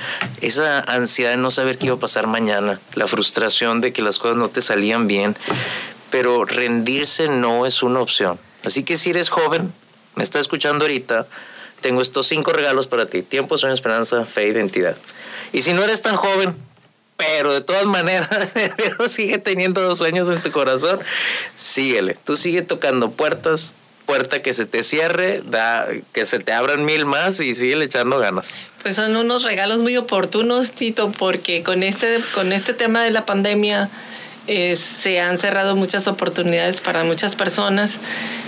Esa ansiedad de no saber qué iba a pasar mañana, la frustración de que las cosas no te salían bien, pero rendirse no es una opción. Así que si eres joven, me está escuchando ahorita, tengo estos cinco regalos para ti. Tiempo, sueño, esperanza, fe, identidad. Y si no eres tan joven, pero de todas maneras Dios sigue teniendo dos sueños en tu corazón, síguele. Tú sigue tocando puertas, puerta que se te cierre, da, que se te abran mil más y sigue echando ganas. Pues son unos regalos muy oportunos, Tito, porque con este, con este tema de la pandemia eh, se han cerrado muchas oportunidades para muchas personas.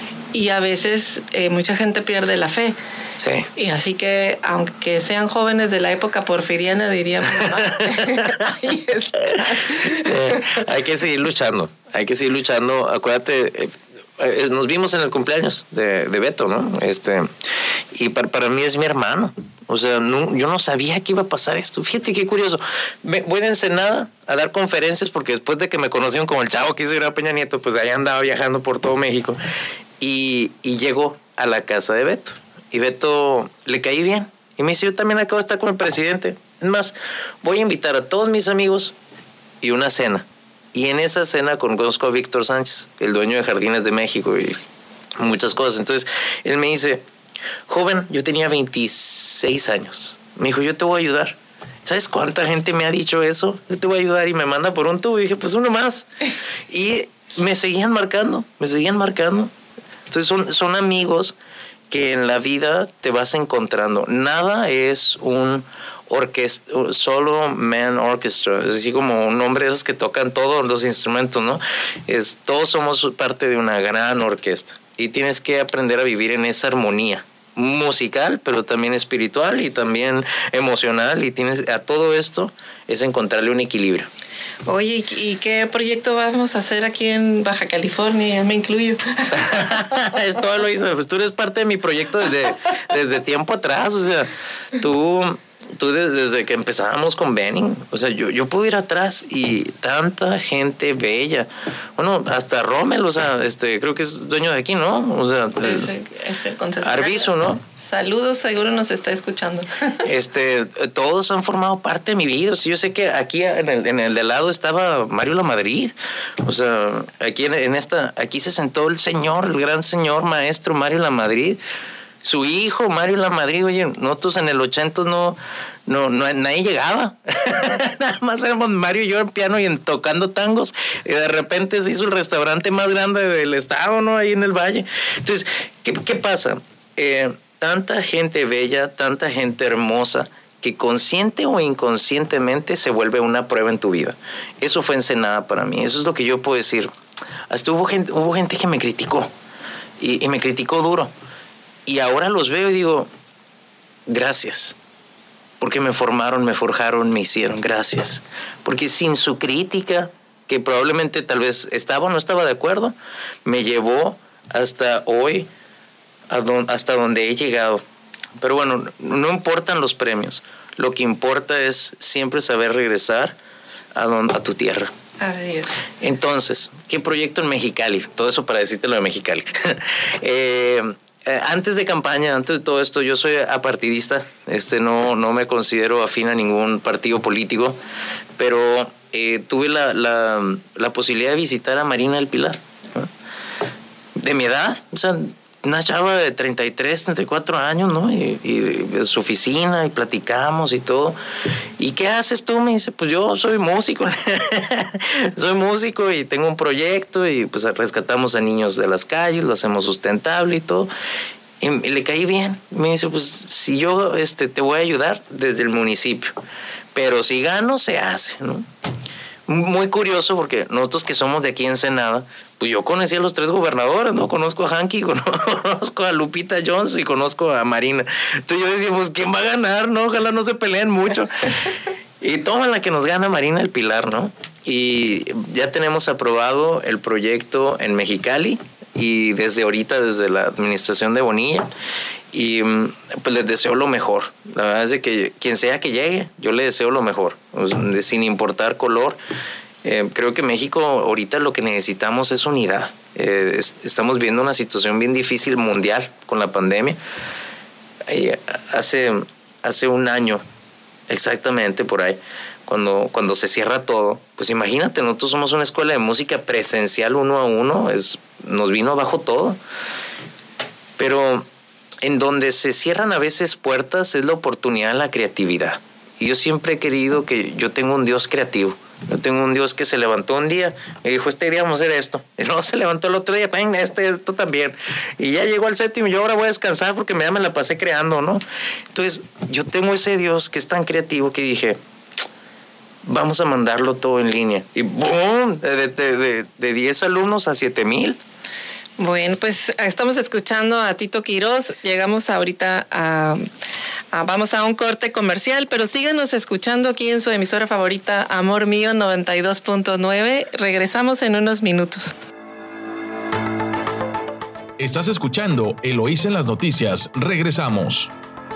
Y a veces eh, mucha gente pierde la fe. Sí. Y así que, aunque sean jóvenes de la época porfiriana, diríamos, ahí está. Eh, hay que seguir luchando. Hay que seguir luchando. Acuérdate, eh, eh, nos vimos en el cumpleaños de, de Beto, ¿no? Este, y para, para mí es mi hermano. O sea, no, yo no sabía que iba a pasar esto. Fíjate qué curioso. Me, voy de Ensenada a dar conferencias porque después de que me conocieron como el chavo que hizo ir a Peña Nieto, pues ahí andaba viajando por todo México. Y, y llegó a la casa de Beto. Y Beto le caí bien. Y me dice, yo también acabo de estar con el presidente. Es más, voy a invitar a todos mis amigos y una cena. Y en esa cena conozco a Víctor Sánchez, el dueño de Jardines de México y muchas cosas. Entonces, él me dice, joven, yo tenía veintiséis años. Me dijo, yo te voy a ayudar. ¿Sabes cuánta gente me ha dicho eso? Yo te voy a ayudar y me manda por un tubo. Y dije, pues uno más. Y me seguían marcando, me seguían marcando. Entonces son, son amigos que en la vida te vas encontrando. Nada es un orquesta, solo man orchestra, es así como un nombre de esos que tocan todos los instrumentos, ¿no? Es, todos somos parte de una gran orquesta y tienes que aprender a vivir en esa armonía musical, pero también espiritual y también emocional, y tienes a todo esto es encontrarle un equilibrio. Oye, ¿y qué proyecto vamos a hacer aquí en Baja California? Me incluyo. Es todo lo hizo. Pues tú eres parte de mi proyecto desde, desde tiempo atrás. O sea, tú tú desde, desde que empezábamos con Benning, o sea, yo, yo puedo ir atrás y tanta gente bella. Bueno, hasta Rommel, o sea, este, creo que es dueño de aquí, ¿no? O sea, el, es el, es el concesionario. Arvizu, ¿no? Saludos, seguro nos está escuchando. Este, todos han formado parte de mi vida. O sea, yo sé que aquí en el, en el de lado estaba Mario Lamadrid. O sea, aquí en, en esta, aquí se sentó el señor, el gran señor maestro Mario Lamadrid. Su hijo, Mario Lamadrid. Oye, nosotros en el ochenta no, no, no nadie llegaba. Nada más éramos Mario y yo en piano y en tocando tangos. Y de repente se hizo el restaurante más grande del estado, ¿no? Ahí en el Valle. Entonces, ¿qué, qué pasa? Eh, tanta gente bella, tanta gente hermosa, que consciente o inconscientemente se vuelve una prueba en tu vida. Eso fue Ensenada para mí. Eso es lo que yo puedo decir. Hasta hubo gente, hubo gente que me criticó. Y, y me criticó duro. Y ahora los veo y digo, gracias, porque me formaron, me forjaron, me hicieron, gracias. Porque sin su crítica, que probablemente tal vez estaba o no estaba de acuerdo, me llevó hasta hoy, a don, hasta donde he llegado. Pero bueno, no importan los premios, lo que importa es siempre saber regresar a, don, a tu tierra. Así es. Entonces, ¿qué proyecto en Mexicali? Todo eso para decirte lo de Mexicali. eh... Antes de campaña, antes de todo esto, yo soy apartidista, este, no, no me considero afín a ningún partido político, pero eh, tuve la, la, la posibilidad de visitar a Marina del Pilar, ¿no? De mi edad, o sea, una chava de treinta y tres, treinta y cuatro años, ¿no? Y, y, y su oficina, y platicamos y todo. ¿Y qué haces tú? Me dice, pues yo soy músico. Soy músico y tengo un proyecto y pues rescatamos a niños de las calles, lo hacemos sustentable y todo. Y, y le caí bien. Me dice, pues si yo este, te voy a ayudar desde el municipio, pero si gano, se hace, ¿no? Muy curioso porque nosotros que somos de aquí en Ensenada, pues yo conocí a los tres gobernadores, ¿no? Conozco a Hanky, conozco a Lupita Jones y conozco a Marina. Entonces yo decía, pues ¿quién va a ganar, no? Ojalá no se peleen mucho. Y toma la que nos gana Marina del Pilar, ¿no? Y ya tenemos aprobado el proyecto en Mexicali y desde ahorita, desde la administración de Bonilla. Y pues les deseo lo mejor. La verdad es de que quien sea que llegue, yo le deseo lo mejor, sin importar color. Eh, creo que México ahorita lo que necesitamos es unidad. Eh, es, estamos viendo una situación bien difícil mundial con la pandemia. Eh, hace, hace un año, exactamente por ahí, cuando, cuando se cierra todo, pues imagínate, nosotros somos una escuela de música presencial uno a uno, es, nos vino abajo todo. Pero en donde se cierran a veces puertas es la oportunidad de la creatividad. Y yo siempre he querido que yo tengo un Dios creativo. Yo tengo un Dios que se levantó un día y dijo, este día vamos a hacer esto. Y luego se levantó el otro día, venga, este, esto también. Y ya llegó al séptimo y yo ahora voy a descansar porque me, me la pasé creando, ¿no? Entonces, yo tengo ese Dios que es tan creativo que dije, vamos a mandarlo todo en línea. Y ¡boom! De, de, de, de diez alumnos a siete mil. Bueno, pues estamos escuchando a Tito Quiroz. Llegamos ahorita a, a... Vamos a un corte comercial, pero síganos escuchando aquí en su emisora favorita, Amor Mío noventa y dos punto nueve. Regresamos en unos minutos. Estás escuchando Eloísa en las noticias. Regresamos.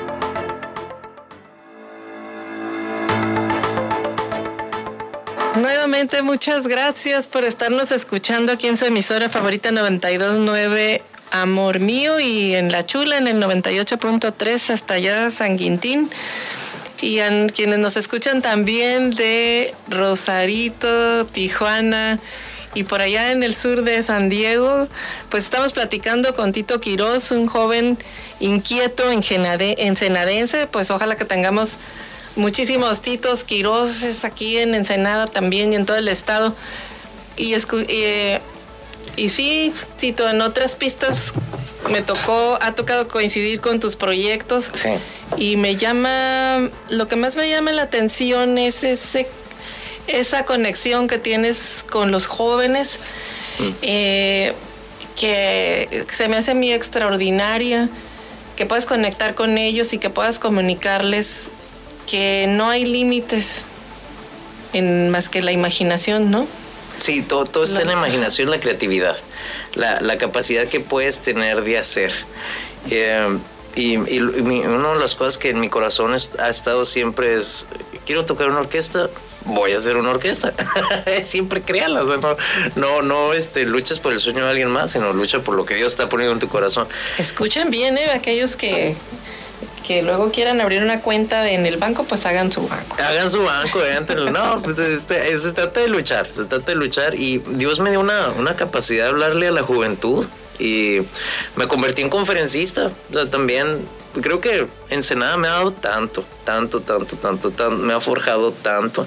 Nuevamente, muchas gracias por estarnos escuchando aquí en su emisora favorita noventa y dos punto nueve Amor Mío y en La Chula en el noventa y ocho punto tres hasta allá San Quintín. Y a quienes nos escuchan también de Rosarito, Tijuana y por allá en el sur de San Diego, pues estamos platicando con Tito Quiroz, un joven inquieto ensenadense. Pues ojalá que tengamos muchísimos Titos Quirozes aquí en Ensenada también y en todo el estado. Y, escu- y, y sí, Tito, en otras pistas me tocó, ha tocado coincidir con tus proyectos. Sí. Y me llama, lo que más me llama la atención es ese, esa conexión que tienes con los jóvenes, mm. eh, que se me hace muy extraordinaria, que puedas conectar con ellos y que puedas comunicarles que no hay límites en más que la imaginación, ¿no? Sí, todo, todo está la... en la imaginación, la creatividad, la, la capacidad que puedes tener de hacer. Eh, y, y mi, una de las cosas que en mi corazón es, ha estado siempre es, quiero tocar una orquesta, voy a hacer una orquesta. Siempre créala, o sea, no, no, no este, luchas por el sueño de alguien más, sino lucha por lo que Dios está poniendo en tu corazón. Escuchen bien, ¿eh? Aquellos que, que luego quieran abrir una cuenta en el banco, pues hagan su banco. Hagan su banco, entren. No, pues este, se trata de luchar, se trata de luchar. Y Dios me dio una, una capacidad de hablarle a la juventud. Y me convertí en conferencista. O sea, también creo que Ensenada me ha dado tanto, tanto, tanto, tanto, tanto, me ha forjado tanto.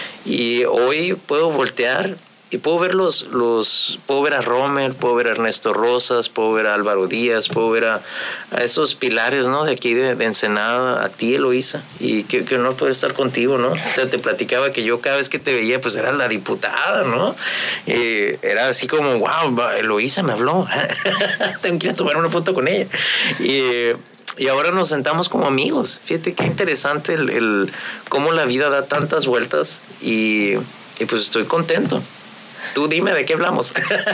Y hoy puedo voltear y puedo ver los, los, puedo ver a Rommel, puedo ver a Ernesto Rosas, puedo ver a Álvaro Díaz, puedo ver a, a esos pilares, ¿no? De aquí de, de Ensenada, a ti, Eloísa, y que, que honor poder estar contigo, ¿no? O sea, te platicaba que yo cada vez que te veía, pues eras la diputada, ¿no? Y era así como, wow, Eloísa me habló, tengo que ir a tomar una foto con ella. Y Y ahora nos sentamos como amigos. Fíjate qué interesante el, el cómo la vida da tantas vueltas y, y pues estoy contento. Tú dime de qué hablamos.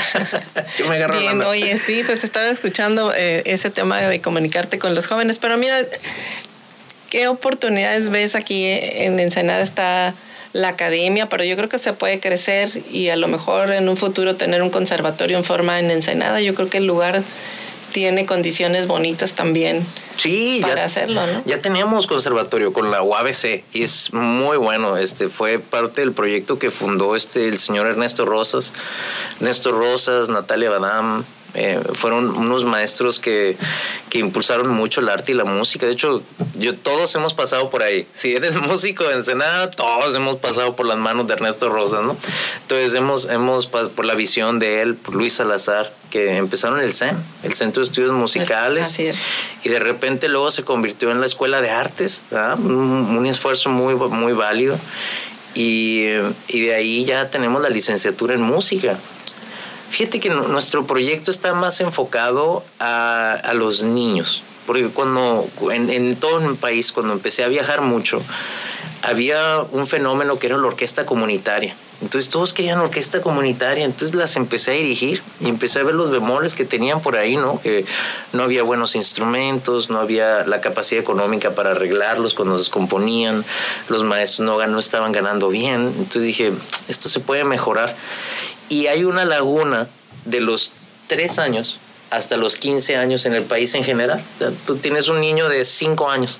Yo me agarro Bien, la oye, sí, pues estaba escuchando eh, ese tema de comunicarte con los jóvenes, pero mira, ¿qué oportunidades ves aquí en Ensenada? Está la academia, pero yo creo que se puede crecer y a lo mejor en un futuro tener un conservatorio en forma en Ensenada. Yo creo que el lugar tiene condiciones bonitas también. Sí, para ya, hacerlo, ¿no? Ya teníamos conservatorio con la U A B C y es muy bueno. Este fue parte del proyecto que fundó este el señor Ernesto Rosas, Ernesto Rosas, Natalia Badam. Eh, fueron unos maestros que, que impulsaron mucho el arte y la música. De hecho, yo todos hemos pasado por ahí. Si eres músico de Ensenada, todos hemos pasado por las manos de Ernesto Rosas, ¿no? Entonces hemos, hemos por la visión de él, por Luis Salazar, que empezaron el C E M, el Centro de Estudios Musicales. Así es. Y de repente luego se convirtió en la Escuela de Artes, ¿verdad? Un, un esfuerzo muy, muy válido. Y, y de ahí ya tenemos la licenciatura en música. Fíjate que nuestro proyecto está más enfocado a, a los niños, porque cuando en, en todo el país, cuando empecé a viajar mucho, había un fenómeno que era la orquesta comunitaria. Entonces todos querían orquesta comunitaria, entonces las empecé a dirigir y empecé a ver los bemoles que tenían por ahí, ¿no? Que no había buenos instrumentos, no había la capacidad económica para arreglarlos cuando se descomponían, los maestros no, no estaban ganando bien. Entonces dije, esto se puede mejorar. Y hay una laguna de los tres años hasta los quince años en el país en general. O sea, tú tienes un niño de cinco años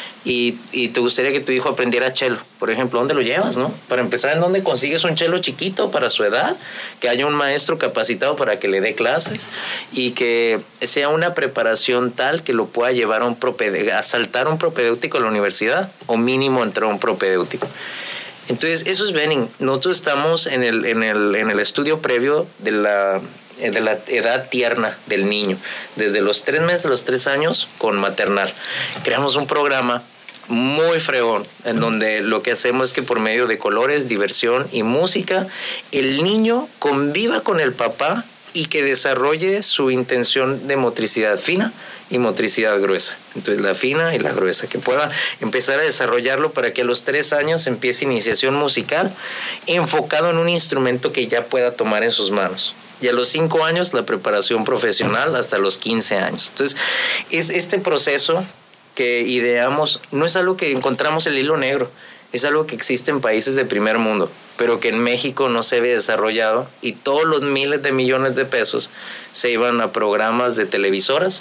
y, y te gustaría que tu hijo aprendiera cello. Por ejemplo, ¿dónde lo llevas, no? Para empezar, ¿en dónde consigues un cello chiquito para su edad? Que haya un maestro capacitado para que le dé clases y que sea una preparación tal que lo pueda llevar a, un propede- a saltar un propedéutico a la universidad o mínimo entrar a un propedéutico. Entonces, eso es Benning. Nosotros estamos en el, en el, en el estudio previo de la, de la edad tierna del niño, desde los tres meses a los tres años con maternal. Creamos un programa muy fregón, en donde lo que hacemos es que por medio de colores, diversión y música, el niño conviva con el papá y que desarrolle su intención de motricidad fina y motricidad gruesa. Entonces la fina y la gruesa, que pueda empezar a desarrollarlo para que a los tres años empiece iniciación musical enfocado en un instrumento que ya pueda tomar en sus manos. Y a los cinco años la preparación profesional hasta los quince años. Entonces es este proceso que ideamos, no es algo que encontramos el hilo negro, es algo que existe en países de primer mundo, pero que en México no se ve desarrollado y todos los miles de millones de pesos se iban a programas de televisoras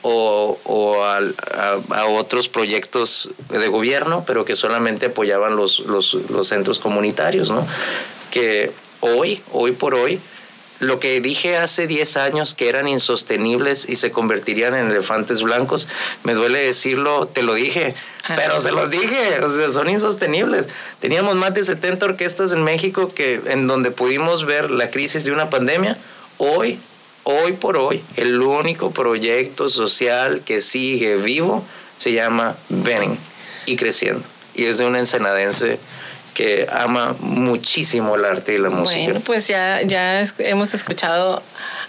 o, o a, a, a otros proyectos de gobierno, pero que solamente apoyaban los, los, los centros comunitarios, ¿no? Que hoy, hoy por hoy, lo que dije hace diez años que eran insostenibles y se convertirían en elefantes blancos, me duele decirlo, te lo dije, pero se los dije, o sea, son insostenibles. Teníamos más de setenta orquestas en México que, en donde pudimos ver la crisis de una pandemia. Hoy, hoy por hoy, el único proyecto social que sigue vivo se llama Benning y creciendo. Y es de un ensenadense que ama muchísimo el arte y la música. Bueno, pues ya, ya es, hemos escuchado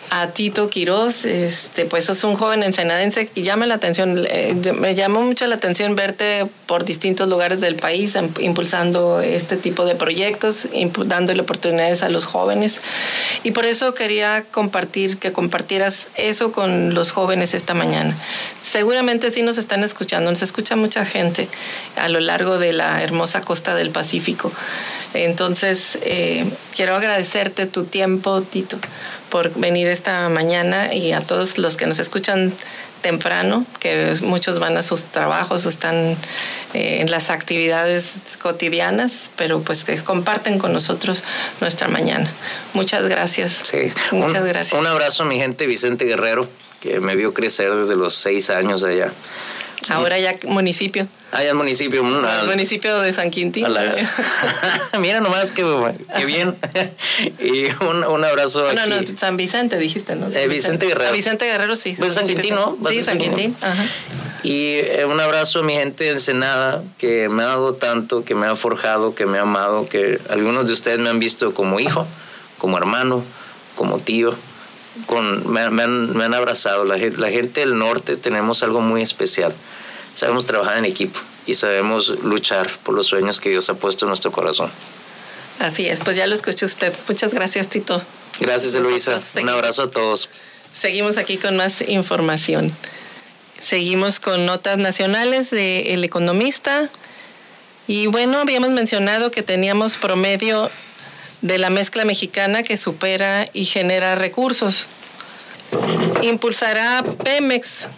a Tito Quiroz, este, pues sos un joven ensenadense y llama la atención, eh, me llamó mucho la atención verte por distintos lugares del país impulsando este tipo de proyectos, dándole oportunidades a los jóvenes, y por eso quería compartir, que compartieras eso con los jóvenes esta mañana. Seguramente sí nos están escuchando, nos escucha mucha gente a lo largo de la hermosa costa del Pacífico. Entonces, eh, quiero agradecerte tu tiempo, Tito, por venir esta mañana, y a todos los que nos escuchan temprano, que muchos van a sus trabajos o están eh, en las actividades cotidianas, pero pues que comparten con nosotros nuestra mañana. Muchas gracias. Sí. Muchas un, gracias. Un abrazo a mi gente, Vicente Guerrero, que me vio crecer desde los seis años allá. Ahora ya municipio. Ah, ya el municipio. El al, municipio de San Quintín. La, mira nomás que, que bien. Y un, un abrazo no, aquí. No, no, San Vicente dijiste, ¿no? San eh, Vicente, Vicente Guerrero. Ah, Vicente Guerrero, sí. Pues San Quintín, ¿no? Sí, San Quintín. Quintín. Ajá. Y eh, un abrazo a mi gente de Ensenada, que me ha dado tanto, que me ha forjado, que me ha amado, que algunos de ustedes me han visto como hijo, como hermano, como tío. Con, me, me, han, me han abrazado. La, la gente del norte tenemos algo muy especial. Sabemos trabajar en equipo y sabemos luchar por los sueños que Dios ha puesto en nuestro corazón. Así es, pues ya lo escuchó usted. Muchas gracias, Tito. Gracias, Eloísa. Un abrazo a todos. Seguimos aquí con más información. Seguimos con notas nacionales de El Economista. Y bueno, habíamos mencionado que teníamos promedio de la mezcla mexicana que supera y genera recursos. Impulsará Pemex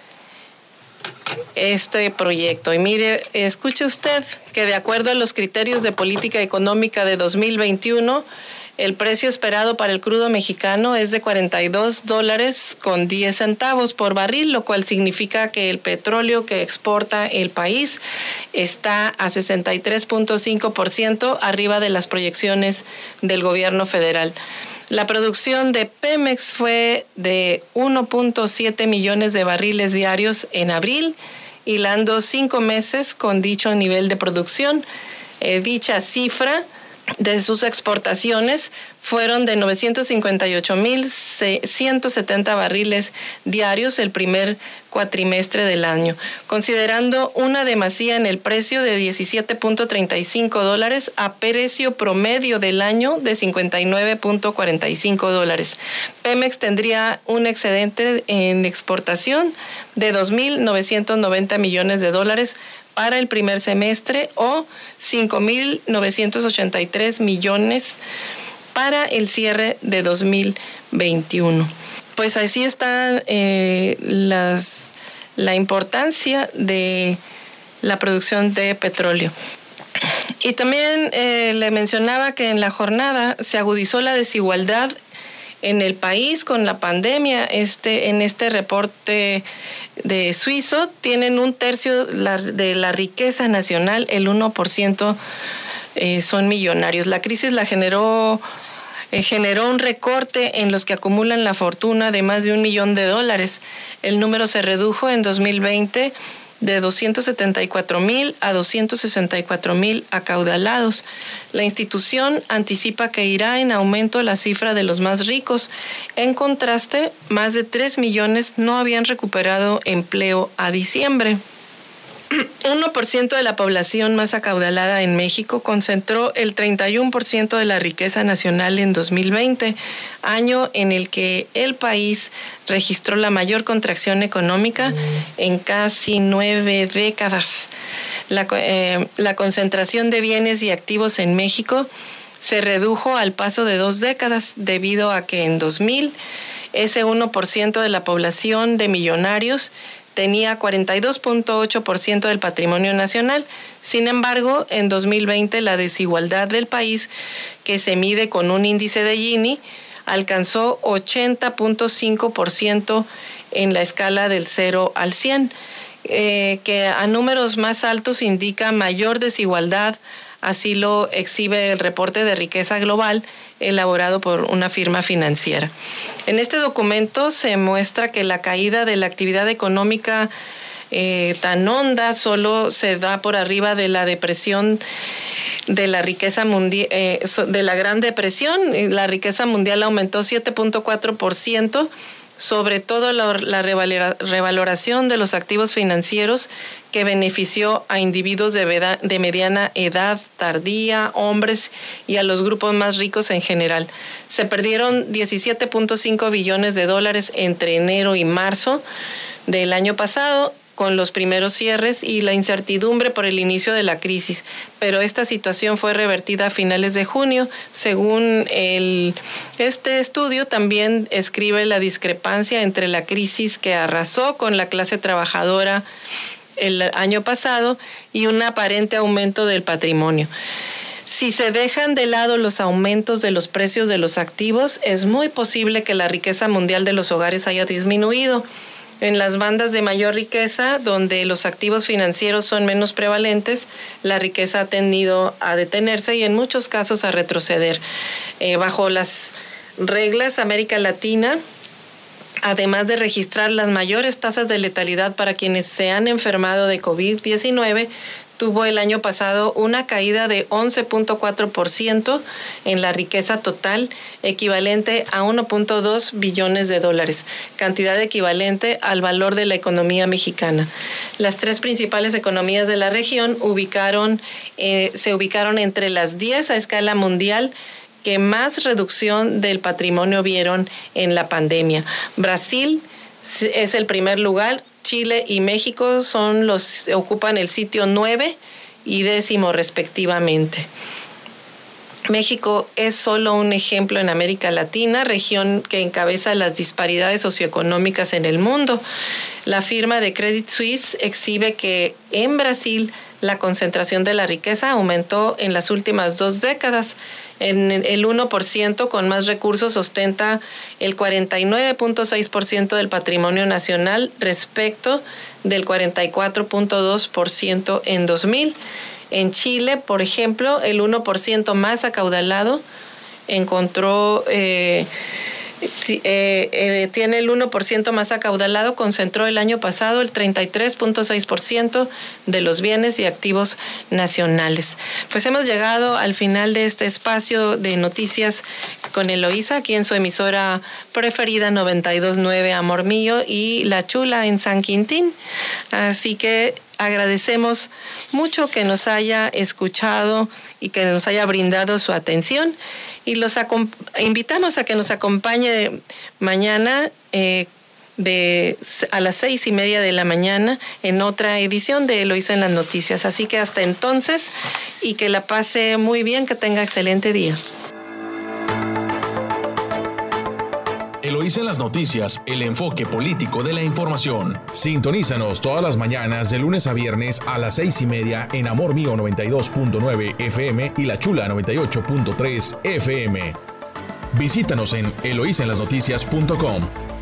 este proyecto. Y mire, escuche usted que de acuerdo a los criterios de política económica de dos mil veintiuno, el precio esperado para el crudo mexicano es de cuarenta y dos dólares con diez centavos por barril, lo cual significa que el petróleo que exporta el país está a sesenta y tres punto cinco por ciento arriba de las proyecciones del gobierno federal. La producción de Pemex fue de uno punto siete millones de barriles diarios en abril, hilando cinco meses con dicho nivel de producción. Eh, dicha cifra de sus exportaciones fueron de novecientos cincuenta y ocho mil ciento setenta barriles diarios el primer cuatrimestre del año, considerando una demasía en el precio de diecisiete punto treinta y cinco dólares a precio promedio del año de cincuenta y nueve punto cuarenta y cinco dólares. Pemex tendría un excedente en exportación de dos mil novecientos noventa millones de dólares para el primer semestre o cinco mil novecientos ochenta y tres millones para el cierre de dos mil veintiuno. Pues así está eh, las, la importancia de la producción de petróleo. Y también eh, le mencionaba que en la jornada se agudizó la desigualdad en el país con la pandemia. Este, en este reporte de suizo tienen un tercio de la riqueza nacional, el uno por ciento eh, son millonarios. La crisis la generó, eh, generó un recorte en los que acumulan la fortuna de más de un millón de dólares. El número se redujo en dos mil veinte de doscientos setenta y cuatro mil a doscientos sesenta y cuatro mil acaudalados. La institución anticipa que irá en aumento la cifra de los más ricos. En contraste, más de tres millones no habían recuperado empleo a diciembre. uno por ciento de la población más acaudalada en México concentró el treinta y uno por ciento de la riqueza nacional en dos mil veinte, año en el que el país registró la mayor contracción económica en casi nueve décadas. La, eh, la concentración de bienes y activos en México se redujo al paso de dos décadas debido a que en dos mil ese uno por ciento de la población de millonarios tenía cuarenta y dos punto ocho por ciento del patrimonio nacional. Sin embargo, en dos mil veinte la desigualdad del país, que se mide con un índice de Gini, alcanzó ochenta punto cinco por ciento en la escala del cero al cien, eh, que a números más altos indica mayor desigualdad. Así lo exhibe el reporte de riqueza global elaborado por una firma financiera. En este documento se muestra que la caída de la actividad económica eh, tan honda solo se da por arriba de la depresión de la riqueza mundial, eh, de la Gran Depresión. La riqueza mundial aumentó siete punto cuatro por ciento, sobre todo la, la revaloración de los activos financieros, que benefició a individuos de, veda, de mediana edad tardía, hombres y a los grupos más ricos en general. Se perdieron diecisiete punto cinco billones de dólares entre enero y marzo del año pasado, con los primeros cierres y la incertidumbre por el inicio de la crisis. Pero esta situación fue revertida a finales de junio. Según el, este estudio, también escribe la discrepancia entre la crisis que arrasó con la clase trabajadora el año pasado y un aparente aumento del patrimonio. Si se dejan de lado los aumentos de los precios de los activos, es muy posible que la riqueza mundial de los hogares haya disminuido. En las bandas de mayor riqueza, donde los activos financieros son menos prevalentes, la riqueza ha tendido a detenerse y en muchos casos a retroceder. Eh, bajo las reglas, América Latina, además de registrar las mayores tasas de letalidad para quienes se han enfermado de COVID diecinueve, tuvo el año pasado una caída de once punto cuatro por ciento en la riqueza total, equivalente a uno punto dos billones de dólares, cantidad equivalente al valor de la economía mexicana. Las tres principales economías de la región ubicaron, eh, se ubicaron entre las diez a escala mundial que más reducción del patrimonio vieron en la pandemia. Brasil es el primer lugar. Chile y México son los, ocupan el sitio nueve y décimo respectivamente. México es solo un ejemplo en América Latina, región que encabeza las disparidades socioeconómicas en el mundo. La firma de Credit Suisse exhibe que en Brasil la concentración de la riqueza aumentó en las últimas dos décadas. En el uno por ciento con más recursos ostenta el cuarenta y nueve punto seis por ciento del patrimonio nacional respecto del cuarenta y cuatro punto dos por ciento en dos mil. En Chile, por ejemplo, el uno por ciento más acaudalado encontró... Eh, Eh, eh, tiene el uno por ciento más acaudalado, concentró el año pasado el treinta y tres punto seis por ciento de los bienes y activos nacionales. Pues hemos llegado al final de este espacio de noticias con Eloísa, aquí en su emisora preferida noventa y dos punto nueve Amor Mío y La Chula en San Quintín. Así que agradecemos mucho que nos haya escuchado y que nos haya brindado su atención. Y los invitamos a que nos acompañe mañana eh, de, a las seis y media de la mañana en otra edición de Eloísa en las Noticias. Así que hasta entonces, y que la pase muy bien, que tenga excelente día. Eloísa en las Noticias, el enfoque político de la información. Sintonízanos todas las mañanas de lunes a viernes a las seis y media en Amor Mío noventa y dos punto nueve F M y La Chula noventa y ocho punto tres F M. Visítanos en eloísa en las noticias punto com.